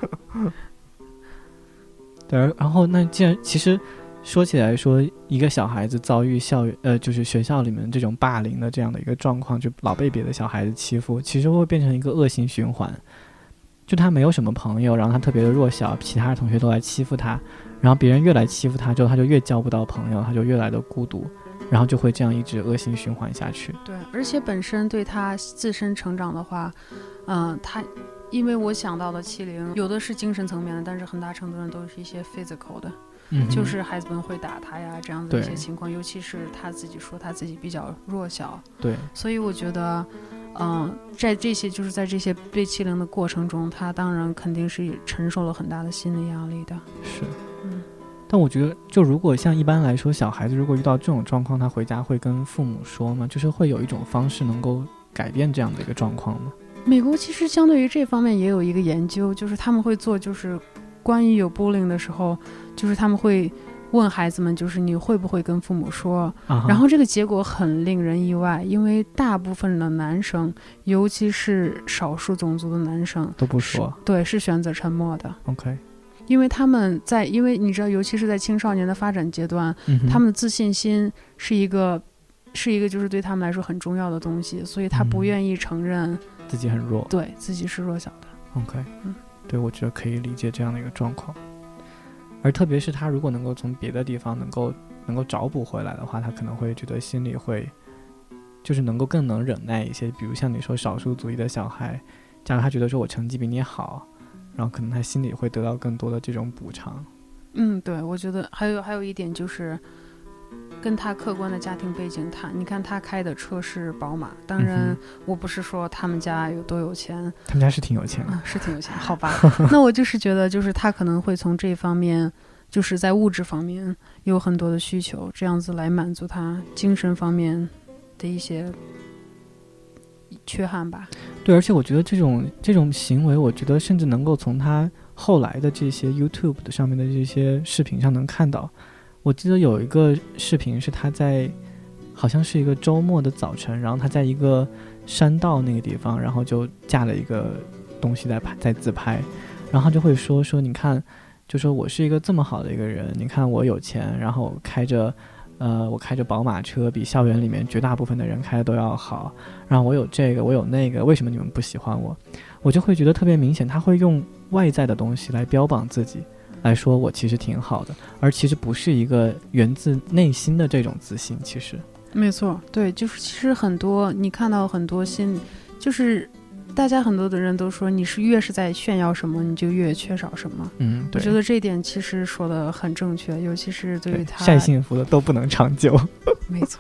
[SPEAKER 2] 对，然后那既然其实说起来说，一个小孩子遭遇就是学校里面这种霸凌的这样的一个状况，就老被别的小孩子欺负，其实会变成一个恶性循环。就他没有什么朋友，然后他特别的弱小，其他的同学都来欺负他，然后别人越来欺负他之后，他就越交不到朋友，他就越来的孤独，然后就会这样一直恶性循环下去。
[SPEAKER 3] 对，而且本身对他自身成长的话，他因为我想到的欺凌有的是精神层面的，但是很大程度上都是一些 physical 的，就是孩子们会打他呀这样的一些情况，尤其是他自己说他自己比较弱小。
[SPEAKER 2] 对，
[SPEAKER 3] 所以我觉得在这些被欺凌的过程中，他当然肯定是承受了很大的心理压力的。
[SPEAKER 2] 是，但我觉得就如果像一般来说小孩子如果遇到这种状况，他回家会跟父母说吗？就是会有一种方式能够改变这样的一个状况吗？
[SPEAKER 3] 美国其实相对于这方面也有一个研究，就是他们会做就是关于有 bullying 的时候，就是他们会问孩子们，就是你会不会跟父母说，然后这个结果很令人意外，因为大部分的男生，尤其是少数种族的男生
[SPEAKER 2] 都不说。
[SPEAKER 3] 对，是选择沉默的。
[SPEAKER 2] OK，
[SPEAKER 3] 因为因为你知道，尤其是在青少年的发展阶段，他们的自信心是一个就是对他们来说很重要的东西，所以他不愿意承认
[SPEAKER 2] 自己很弱，
[SPEAKER 3] 对自己是弱小的。
[SPEAKER 2] OK，对，我觉得可以理解这样的一个状况。而特别是他如果能够从别的地方能够找补回来的话，他可能会觉得心里会就是能够更能忍耐一些。比如像你说少数族裔的小孩，假如他觉得说我成绩比你好，然后可能他心里会得到更多的这种补偿。
[SPEAKER 3] 对，我觉得还有一点就是跟他客观的家庭背景，你看他开的车是宝马，当然我不是说他们家有多有钱，
[SPEAKER 2] 他们家是挺有钱的，
[SPEAKER 3] 是挺有钱，好吧。那我就是觉得就是他可能会从这方面，就是在物质方面有很多的需求，这样子来满足他精神方面的一些缺憾吧。
[SPEAKER 2] 对，而且我觉得这种行为，我觉得甚至能够从他后来的这些 YouTube 的上面的这些视频上能看到。我记得有一个视频是他在好像是一个周末的早晨，然后他在一个山道那个地方，然后就架了一个东西在自拍，然后他就会说你看，就说我是一个这么好的一个人，你看我有钱，然后我开着宝马车，比校园里面绝大部分的人开的都要好，然后我有这个我有那个，为什么你们不喜欢我？我就会觉得特别明显，他会用外在的东西来标榜自己，来说我其实挺好的，而其实不是一个源自内心的这种自信。其实
[SPEAKER 3] 没错，对，就是其实很多你看到很多就是大家很多的人都说你是越是在炫耀什么你就越缺少什么。
[SPEAKER 2] 对，
[SPEAKER 3] 我觉得这一点其实说的很正确，尤其是对于他
[SPEAKER 2] 晒幸福的都不能长久。
[SPEAKER 3] 没错。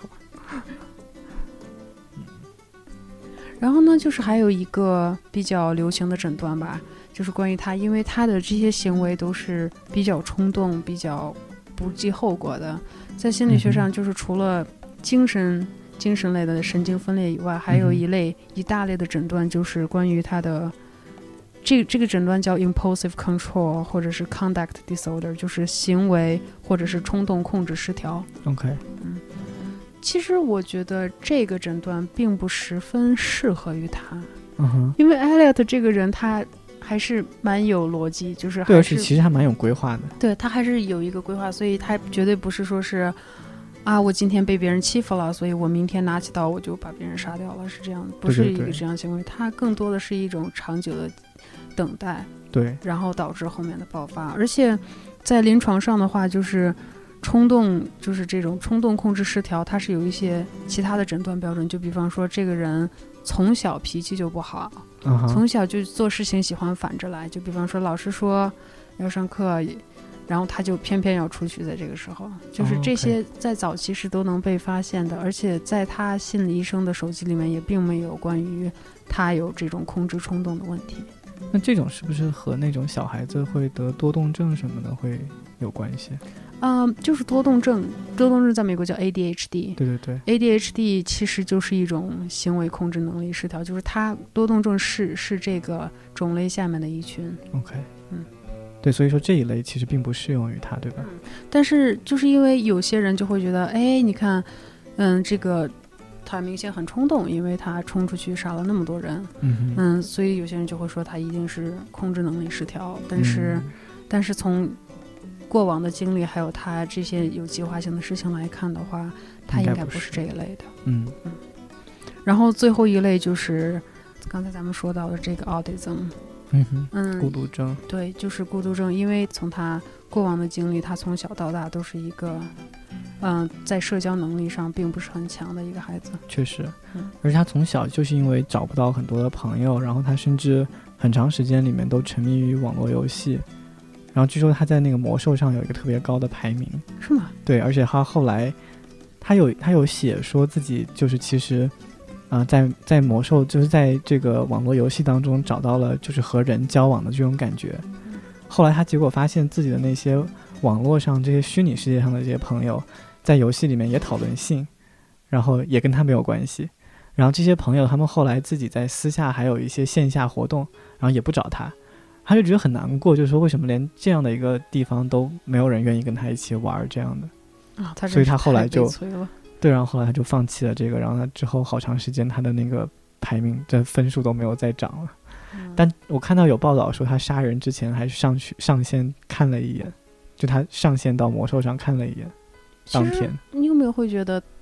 [SPEAKER 3] 然后呢，就是还有一个比较流行的诊断吧，就是关于他，因为他的这些行为都是比较冲动、比较不计后果的，在心理学上就是除了精神类的神经分裂以外，还有一大类的诊断，就是关于他的这个诊断叫 impulsive control 或者是 conduct disorder， 就是行为或者是冲动控制失调。
[SPEAKER 2] OK，
[SPEAKER 3] 其实我觉得这个诊断并不十分适合于他，
[SPEAKER 2] 因
[SPEAKER 3] 为 Elliot 这个人他还是蛮有逻辑，就是
[SPEAKER 2] 对，而且其实还蛮有规划的。
[SPEAKER 3] 对，他还是有一个规划，所以他绝对不是说是我今天被别人欺负了，所以我明天拿起刀我就把别人杀掉了，是这样，不是一个这样行为。他更多的是一种长久的等待，
[SPEAKER 2] 对，
[SPEAKER 3] 然后导致后面的爆发。而且在临床上的话，就是冲动，就是这种冲动控制失调，它是有一些其他的诊断标准，就比方说这个人从小脾气就不好，从小就做事情喜欢反着来，就比方说老师说要上课，然后他就偏偏要出去，在这个时候，就是这些在早期是都能被发现的，而且在他心理医生的手机里面也并没有关于他有这种控制冲动的问题。
[SPEAKER 2] 那这种是不是和那种小孩子会得多动症什么的会有关系？
[SPEAKER 3] 就是多动症在美国叫 ADHD。对 ADHD 其实就是一种行为控制能力失调，就是它多动症是这个种类下面的一群。
[SPEAKER 2] OK， 对，所以说这一类其实并不适用于他，对吧？
[SPEAKER 3] 但是就是因为有些人就会觉得，你看这个他明显很冲动，因为他冲出去杀了那么多人，所以有些人就会说他一定是控制能力失调，但是从过往的经历还有他这些有计划性的事情来看的话，他应该不是这一类的。然后最后一类就是刚才咱们说到的这个 autism，
[SPEAKER 2] 孤独症。
[SPEAKER 3] 对，就是孤独症，因为从他过往的经历，他从小到大都是一个在社交能力上并不是很强的一个孩子。
[SPEAKER 2] 确实，而且他从小就是因为找不到很多的朋友，然后他甚至很长时间里面都沉迷于网络游戏，然后据说他在那个魔兽上有一个特别高的排名。
[SPEAKER 3] 是吗？
[SPEAKER 2] 对，而且他后来他有写说自己就是其实在魔兽就是在这个网络游戏当中找到了就是和人交往的这种感觉。后来他结果发现自己的那些网络上这些虚拟世界上的这些朋友在游戏里面也讨论性，然后也跟他没有关系，然后这些朋友他们后来自己在私下还有一些线下活动，然后也不找他，他就觉得很难过，就是说为什么连这样的一个地方都没有人愿意跟他一起玩这样的所以他后来就对，然后后来他就放弃了这个，然后他之后好长时间他的那个排名的分数都没有再涨了。但我看到有报道说他杀人之前还是上线看了一眼，就他上线到魔兽上看了一眼，当天。
[SPEAKER 3] 你有没有会觉得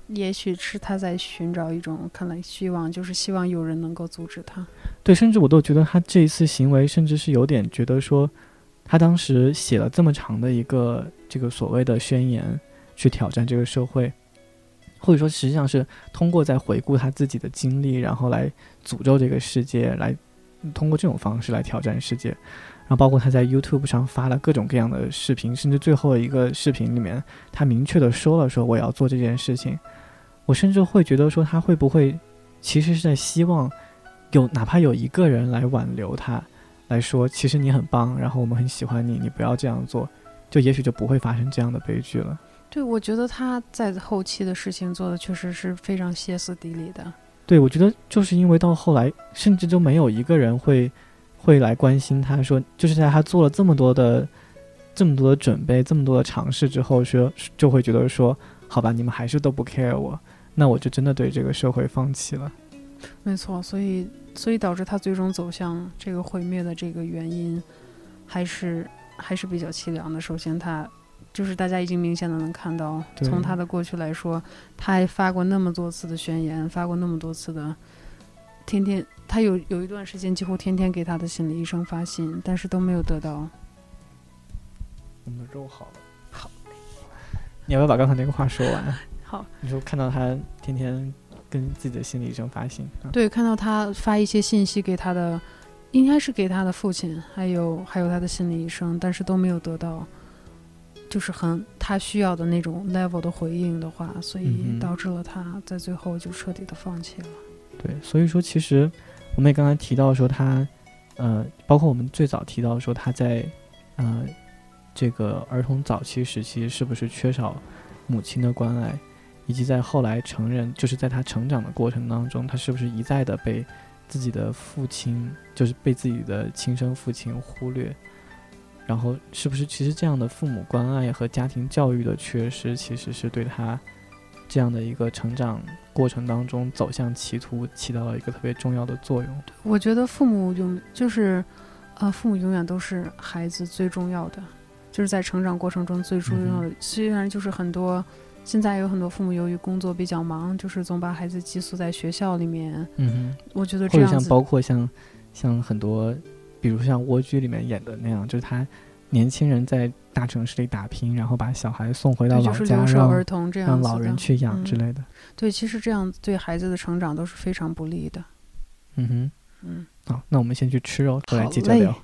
[SPEAKER 3] 也许是他在寻找一种看来希望，就是希望有人能够阻止他。
[SPEAKER 2] 对，甚至我都觉得他这一次行为甚至是有点觉得说，他当时写了这么长的一个这个所谓的宣言去挑战这个社会，或者说实际上是通过在回顾他自己的经历，然后来诅咒这个世界，来通过这种方式来挑战世界。然后包括他在 YouTube 上发了各种各样的视频，甚至最后一个视频里面他明确的说了说我要做这件事情。我甚至会觉得说他会不会其实是在希望哪怕有一个人来挽留他，来说其实你很棒，然后我们很喜欢你，你不要这样做，就也许就不会发生这样的悲剧了。
[SPEAKER 3] 对，我觉得他在后期的事情做的确实是非常歇斯底里的。
[SPEAKER 2] 对，我觉得就是因为到后来甚至就没有一个人会来关心他，说就是在他做了这么多的准备，这么多的尝试之后，就会觉得说好吧，你们还是都不 care 我，那我就真的对这个社会放弃了。
[SPEAKER 3] 没错，所以导致他最终走向这个毁灭的这个原因还是比较凄凉的。首先他就是大家已经明显的能看到，从他的过去来说，他还发过那么多次的宣言，发过那么多次的天天，他有一段时间几乎天天给他的心理医生发信，但是都没有得到。
[SPEAKER 2] 我们的肉好了。
[SPEAKER 3] 好，
[SPEAKER 2] 你要不要把刚才那个话说完？
[SPEAKER 3] 好，
[SPEAKER 2] 你说看到他天天跟自己的心理医生发信，
[SPEAKER 3] 对，看到他发一些信息给他的，应该是给他的父亲，还有他的心理医生，但是都没有得到就是他需要的那种 level 的回应的话，所以导致了他在最后就彻底的放弃了。
[SPEAKER 2] 对，所以说其实我们也刚才提到说他包括我们最早提到说他在这个儿童早期时期是不是缺少母亲的关爱，以及在后来成人，就是在他成长的过程当中，他是不是一再的被自己的父亲，就是被自己的亲生父亲忽略，然后是不是其实这样的父母关爱和家庭教育的缺失，其实是对他这样的一个成长过程当中走向歧途起到了一个特别重要的作用。
[SPEAKER 3] 我觉得父母永远都是孩子最重要的，就是在成长过程中最重要的。虽然就是现在有很多父母由于工作比较忙，就是总把孩子寄宿在学校里面。我觉得这样子，
[SPEAKER 2] 或者包括像很多，比如像蜗居里面演的那样，就是他年轻人在大城市里打拼，然后把小孩送回到老家，
[SPEAKER 3] 留守儿童这样
[SPEAKER 2] 让老人去养之类的。
[SPEAKER 3] 对，其实这样对孩子的成长都是非常不利的。
[SPEAKER 2] 好，那我们先去吃肉，回来接着聊。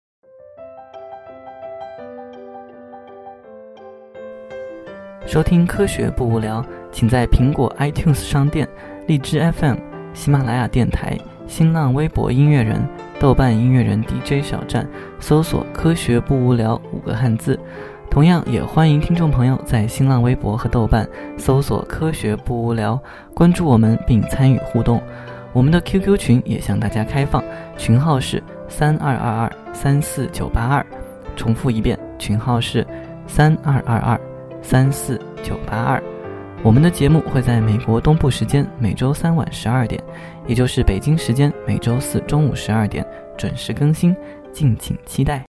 [SPEAKER 2] 收听科学不无聊，请在苹果 iTunes 商店、荔枝 FM、喜马拉雅电台、新浪微博音乐人、豆瓣音乐人 DJ 小站搜索科学不无聊5个汉字。同样也欢迎听众朋友在新浪微博和豆瓣搜索科学不无聊，关注我们并参与互动。我们的 QQ 群也向大家开放，群号是3222-34982，重复一遍，群号是3222-34982。我们的节目会在美国东部时间每周3晚12点，也就是北京时间每周4中午12点准时更新，敬请期待。